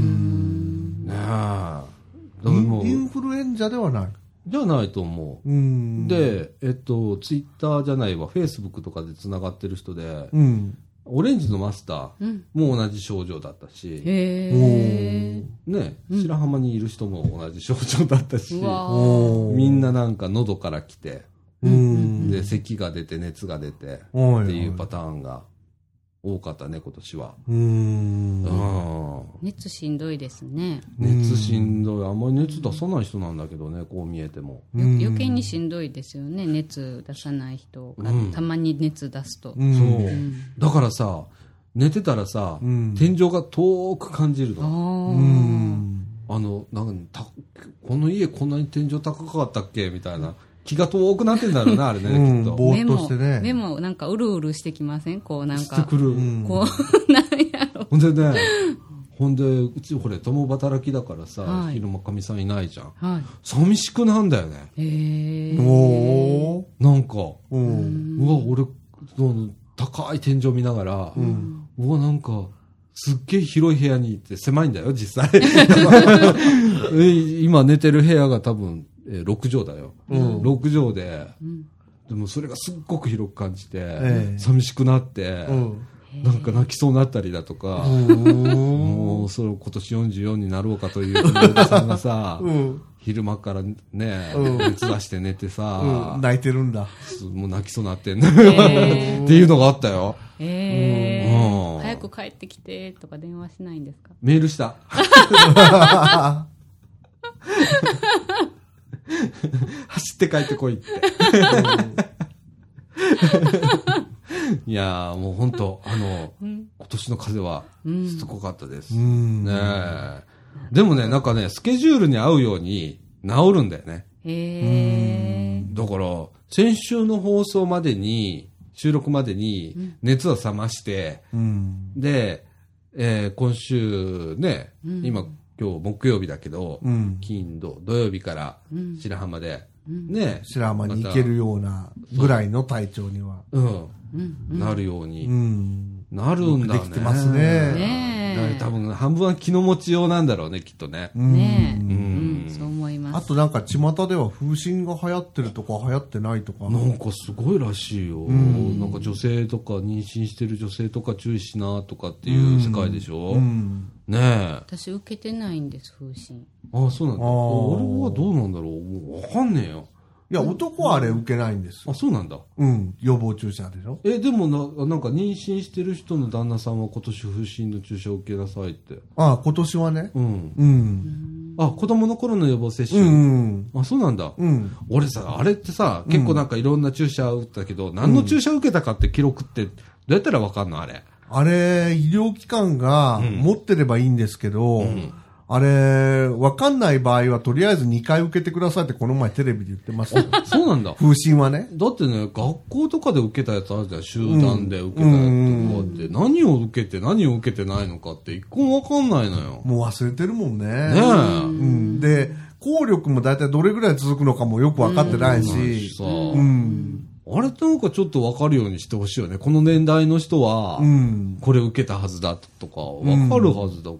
インフルエンザではない。 じゃないと思う。で、ツイッターじゃないわ、フェイスブックとかで繋がってる人で、オレンジのマスターも同じ症状だったし、ね、白浜にいる人も同じ症状だったし、みんななんか喉から来て、で、咳が出て熱が出てっていうパターンが多かったね、今年は。 熱しんどいですね。 熱しんどい。あんまり熱出さない人なんだけどね、こう見えても。 余計にしんどいですよね、熱出さない人が。たまに熱出すと。 そう。だからさ、寝てたらさ、天井が遠く感じるの。この家こんなに天井高かったっけみたいな。気が遠くなってんだろうな、あれね、きっと。 ぼーっとしてね。 目もなんかうるうるしてきません？こうなんか。 してくる。 こう、なんやろ。 ほんで、うち、共働きだからさ、昼間かみさんいないじゃん。寂しくなんだよね。なんか、俺、高い天井見ながら、なんか、すっげえ広い部屋に行って、狭いんだよ、実際。今寝てる部屋が多分、6畳だよ。6畳で、でもそれがすっごく広く感じて、寂しくなって、なんか泣きそうになったりだとか、もうそれ今年44になろうかというおさんがさ、昼間からね、熱出して寝てさ、 泣いてるんだ。 もう泣きそうになってんね。っていうのがあったよ。 早く帰ってきてとか電話しないんですか？ メールした。走って帰ってこいって。いやーもう本当今年の風はしつこかったです。ねえ。でもね、なんかね、スケジュールに合うように治るんだよね。だから、先週の放送までに、収録までに熱を冷まして、で、今週ね、今日木曜日だけど、金土曜日から白浜で、ね、 白浜に行けるようなぐらいの体調には、 なるように、なるんだね。 できてますね。 多分半分は気の持ちようなんだろうね、きっとね。 そう思います。 あとなんか巷では風疹が流行ってるとか流行ってないとか。 なんかすごいらしいよ。なんか女性とか妊娠してる女性とか注意しなとかっていう世界でしょ。ねえ。 私受けてないんです、風疹。 ああ、そうなんだ。俺はどうなんだろう。もうわかんねえよ。 いや、男はあれ受けないんですよ。 あ、そうなんだ。 うん。予防注射でしょ。 でもなんか妊娠してる人の旦那さんは今年不審の注射を受けなさいって。 ああ、今年はね。 うん。あ、子供の頃の予防接種。あ、そうなんだ。俺さ、あれってさ、結構なんかいろんな注射打ったけど、何の注射受けたかって記録ってどうやったらわかんのあれ。 あれ、医療機関が持ってればいいんですけど、あれ、わかんない場合はとりあえず2回受けてくださいってこの前テレビで言ってましたよ。 そうなんだ。 風疹はね。 だってね、学校とかで受けたやつあるじゃん。集団で受けたやつとかって、何を受けて何を受けてないのかって一個もわかんないのよ。 もう忘れてるもんね。 ねえ。 で、効力もだいたいどれぐらい続くのかもよくわかってないし。 あれってなんかちょっとわかるようにしてほしいよね。この年代の人は、これ受けたはずだとか、わかるはずだから、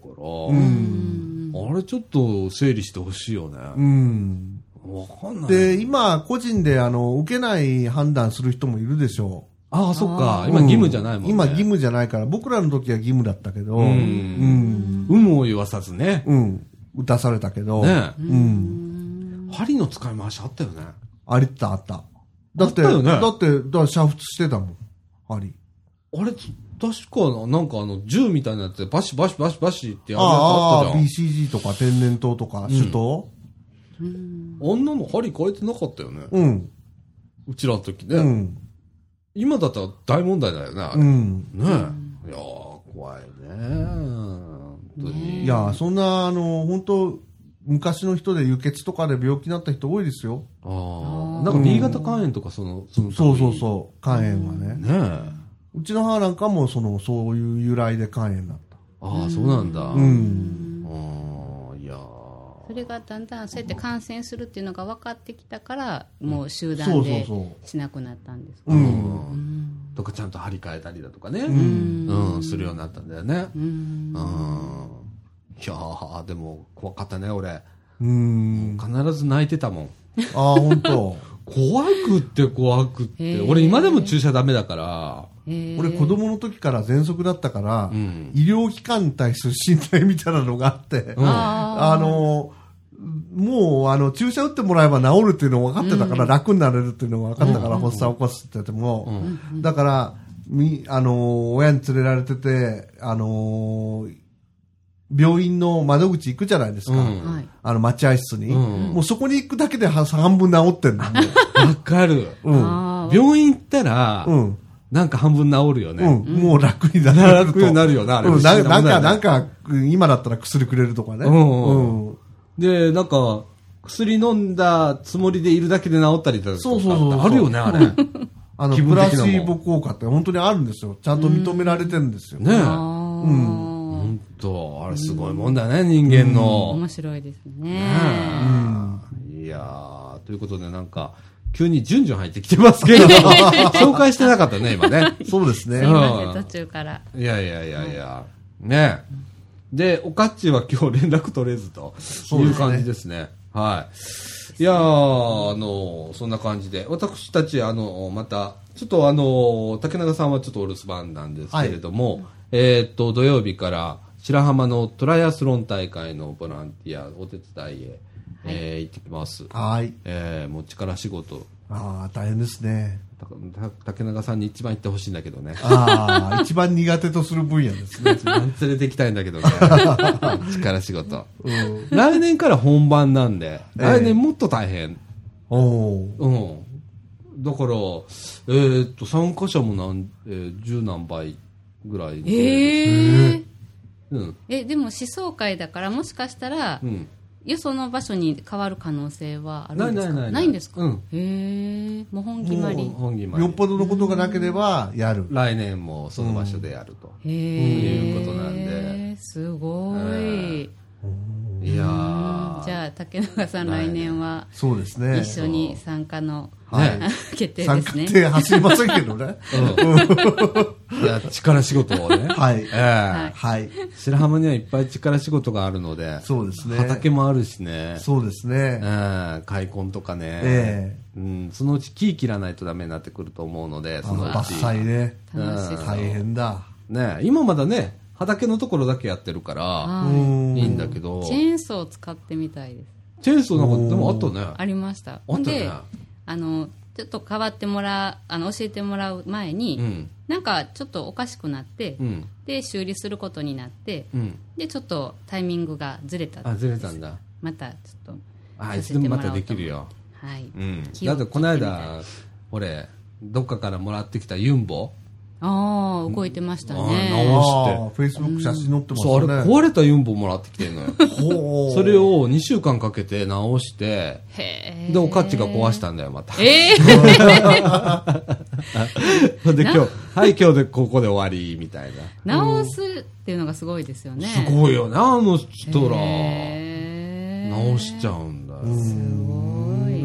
あれちょっと整理してほしいよね。わかんない。 で、今、個人で受けない判断する人もいるでしょう。 ああ、そっか。今義務じゃないもんね。 今義務じゃないから、僕らの時は義務だったけど、有無を言わさずね。 打たされたけど。 ね針の使い回しあったよね。 あった。だって、煮沸してたもん、針。 あれ、確かなんか銃みたいなやつでバシバシバシバシってやるやつあったじゃん。 BCG とか天然痘とか、手刀あんなの針変えてなかったよね。うちらの時ね。今だったら大問題だよね、あれ。ねえ。いやー、怖いね。本当に。 いや、そんな、本当昔の人で輸血とかで病気になった人多いですよ。 なんか B 型肝炎とかそう肝炎はね。 ねうちの母なんかもそういう由来で肝炎だった。 ああ、そうなんだ。いやそれがだんだんそうやって感染するっていうのが分かってきたから、もう集団でしなくなったんですか。 とかちゃんと張り替えたりだとかね。するようになったんだよね。いやー、でも怖かったね、俺。必ず泣いてたもん。 ああ、本当。 怖くって。俺今でも注射ダメだから。 俺子供の時から喘息だったから、医療機関に対する信頼みたいなのがあって、もう注射打ってもらえば治るっていうの分かってたから、楽になれるっていうのが分かったから、発作を起こすって言っても、だから、親に連れられてて、病院の窓口行くじゃないですか。待合室に。もうそこに行くだけで半分治ってんの。わかる。病院行ったら、なんか半分治るよね。 もう楽になる。 楽になるよな、あれ。 なんか、今だったら薬くれるとかね。 で、なんか、薬飲んだつもりでいるだけで治ったりとか。 そうあるよね、あれ。 プラシーボ効果って本当にあるんですよ。ちゃんと認められてるんですよ。 ねえ。本当、あれすごいもんだね、人間の。 面白いですね。 いやー、ということでなんか、急に順々入ってきてますけど、紹介してなかったね、今ね。 そうですね。 すいません、途中から。 いや。ねで、おかっちは今日連絡取れずという感じですね。はい。いやー、そんな感じで、私たち、また、ちょっと竹中さんはちょっとお留守番なんですけれども、土曜日から白浜のトライアスロン大会のボランティア、お手伝いへ、行ってきます。 はい。 もう力仕事。 ああ、大変ですね。 竹中さんに一番行ってほしいんだけどね。 ああ、一番苦手とする分野ですね。 一番連れて行きたいんだけどね。力仕事。来年から本番なんで、来年もっと大変。だから、参加者も10何倍ぐらい。 でも思想会だからもしかしたら、よその場所に変わる可能性はあるんですか？ないんですか？もう本決まり。 よっぽどのことがなければやる。 来年もその場所でやるということなんで。 すごい。 いやー。 じゃあ竹中さん来年はそうですね。 一緒に参加の決定ですね。 参加って走りませんけどね。 いや、力仕事をね。 はい。はい。 白浜にはいっぱい力仕事があるので。 そうですね。 畑もあるしね。 そうですね。 開墾とかね。そのうち木切らないとダメになってくると思うので、そのうち。 伐採ね。大変だ。 ね、今まだね、畑のところだけやってるから、いいんだけど。 チェーンソーを使ってみたいです。 チェーンソーなんかでもあったね。 ありました。 あったね。 ちょっと変わってもらう教えてもらう前に、なんかちょっとおかしくなって、で修理することになって、でちょっとタイミングがずれたんです。 ずれたんだ。 またちょっといつでもまたできるよ。 はい。 だってこの間俺どっかからもらってきたユンボ、 動いてましたね。 直して。 フェイスブック写真載ってますね。 そう、あれ壊れたユンボもらってきてるのよ。それを2週間かけて直して、で、おかっちが壊したんだよ、また。で、今日でここで終わり、みたいな。 直すっていうのがすごいですよね。 すごいよね、あの人ら。直しちゃうんだよ。 すごい。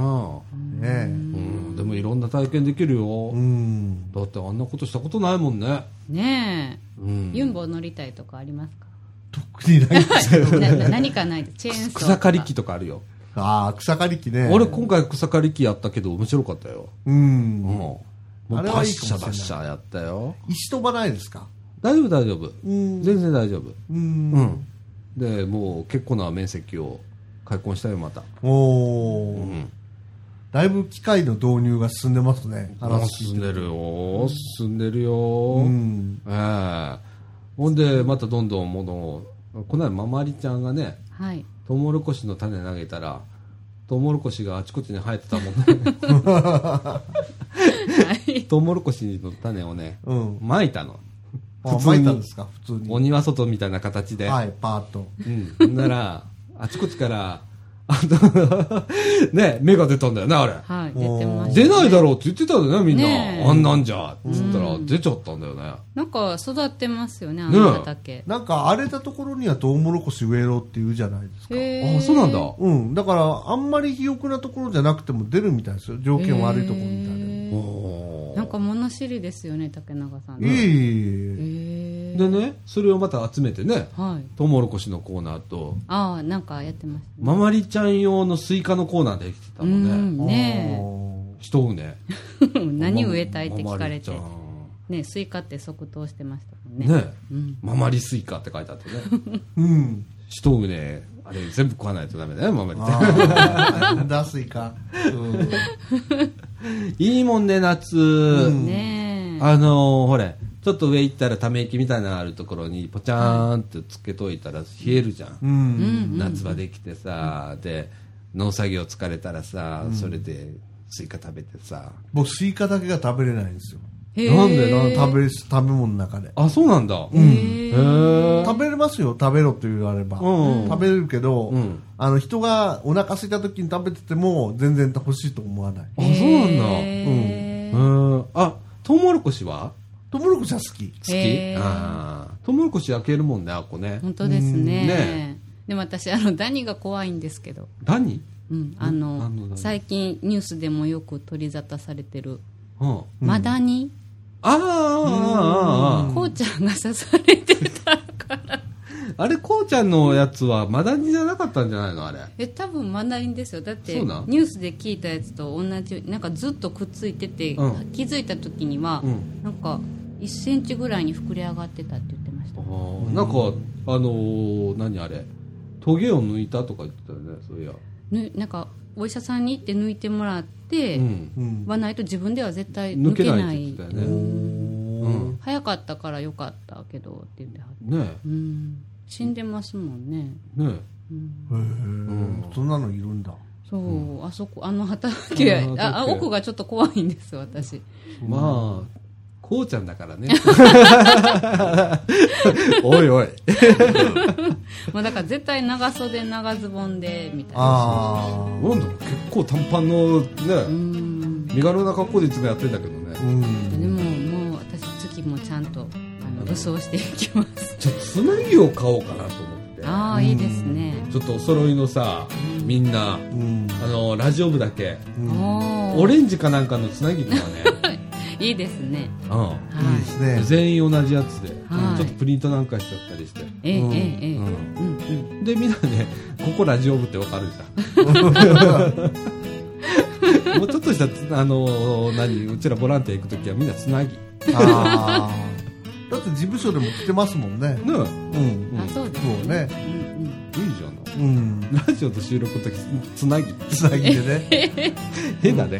でもいろんな体験できるよ。だってあんなことしたことないもんね。 ねえ。ユンボ乗りたいとかありますか？ 特にないですよね。 何かないです。チェーンソー。 草刈り機とかあるよ。 草刈り機ね。 俺今回草刈り機やったけど面白かったよ。もうパッシャパッシャやったよ。 石飛ばないですか？ 大丈夫大丈夫。全然大丈夫。で、もう結構な面積を開墾したよ、また。 だいぶ機械の導入が進んでますね。 進んでるよ。進んでるよ。ほんで、またどんどん物を、この間ママリちゃんがね、トウモロコシの種投げたら、トウモロコシがあちこちに生えてたもんね。トウモロコシの種をね、まいたの。 まいたんですか、普通に。 お庭外みたいな形で。 パーッと。 なら、あちこちから、ね、芽が出たんだよね、あれ。 出てました。 出ないだろうって言ってたんだよね、みんな。あんなんじゃ。つったら、出ちゃったんだよね。 なんか育ってますよね、あの畑。 なんか荒れたところにはトウモロコシ植えろって言うじゃないですか。 そうなんだ。 だから、あんまり肥沃なところじゃなくても出るみたいですよ。条件悪いところみたいで。なんか物知りですよね、竹中さん。 でね、それをまた集めてね、トウモロコシのコーナーと、 なんかやってました。 ママリちゃん用のスイカのコーナーできてたのね。一畝。 何植えたいって聞かれて。ね、スイカって即答してましたもんね。 ママリスイカって書いてあってね。一畝、あれ全部食わないとダメだよ、ママリちゃん。 なんだスイカ。 いいもんね、夏。ほれ。ちょっと上行ったらため息みたいなのあるところにポチャーンってつけといたら冷えるじゃん。夏場できてさ、で農作業疲れたらさ、それでスイカ食べてさ。 僕スイカだけが食べれないんですよ。 なんで食べ物の中で。 そうなんだ。 食べれますよ、食べろと言われば。食べれるけど、人がお腹空いた時に食べてても全然欲しいと思わない。 そうなんだ。トウモロコシは？ トウモロコシは好き。 好き？トウモロコシ焼けるもんね、あっこね。 本当ですね。でも私、ダニが怖いんですけど。 ダニ？ 最近ニュースでもよく取り沙汰されてる、マダニ？こうちゃんが刺されてたから。 あれ、こうちゃんのやつはマダニじゃなかったんじゃないのあれ。 多分マダニですよ。だってニュースで聞いたやつと同じ、なんかずっとくっついてて、気づいた時には、なんか1センチぐらいに膨れ上がってたって言ってました。 なんか何あれ、トゲを抜いたとか言ってたよね、そういや。 なんかお医者さんに行って抜いてもらってはないと自分では絶対抜けない。 抜けないって言ってたよね。 早かったからよかったけどって言ってはった。死んでますもんね。 そんなのいるんだ。 そう、あそこ、畑、奥がちょっと怖いんです、私。 まあ、こうちゃんだからね。おいおい。 まあだから絶対長袖長ズボンでみたいな。 なんだ、結構短パンのね、身軽な格好でいつもやってんだけどね。 でももう私月もちゃんと武装していきます。 ちょっとつなぎを買おうかなと思って。 いいですね。 ちょっとお揃いのさ、みんな、ラジオ部だけ、オレンジかなんかのつなぎとかね。 いいですね。 いいですね。 全員同じやつで、ちょっとプリントなんかしちゃったりして。で、みんなね、ここラジオ部ってわかるじゃん。もうちょっとした、うちらボランティア行くときはみんなつなぎ。 だって事務所でも着てますもんね。 そうですね。 そうね。 いいじオの。ラジオと収録の時、つなぎでね。 変だね。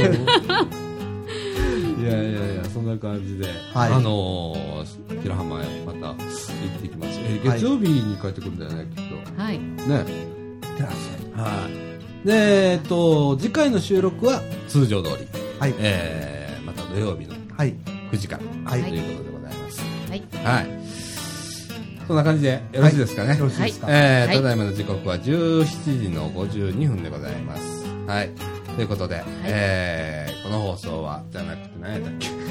いや、そんな感じで、白浜へまた行ってきます。月曜日に帰ってくるんだよね、きっと。 はい。 ね。はい。で、次回の収録は通常通り。 はい。 また土曜日の9時から。はい。ということでございます。はい。はい。そんな感じでよろしいですかね。 よろしいですか。 ただいまの時刻は17時の52分でございます。はい。ということで、この放送は、じゃなくて何やったっ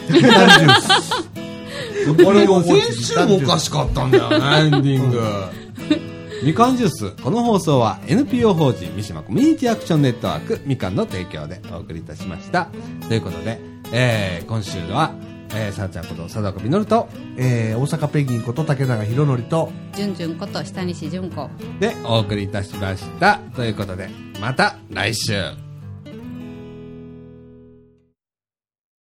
け俺も先週もおかしかったんだよね、エンディング。みかんジュース。この放送は NPO 法人三島コミュニティアクションネットワークみかんの提供でお送りいたしました。ということで、今週は、さあちゃんこと佐藤実と、 大阪ペンギンこと竹永宏典と、 じゅんじゅんこと下西純子でお送りいたしました。ということで、また来週。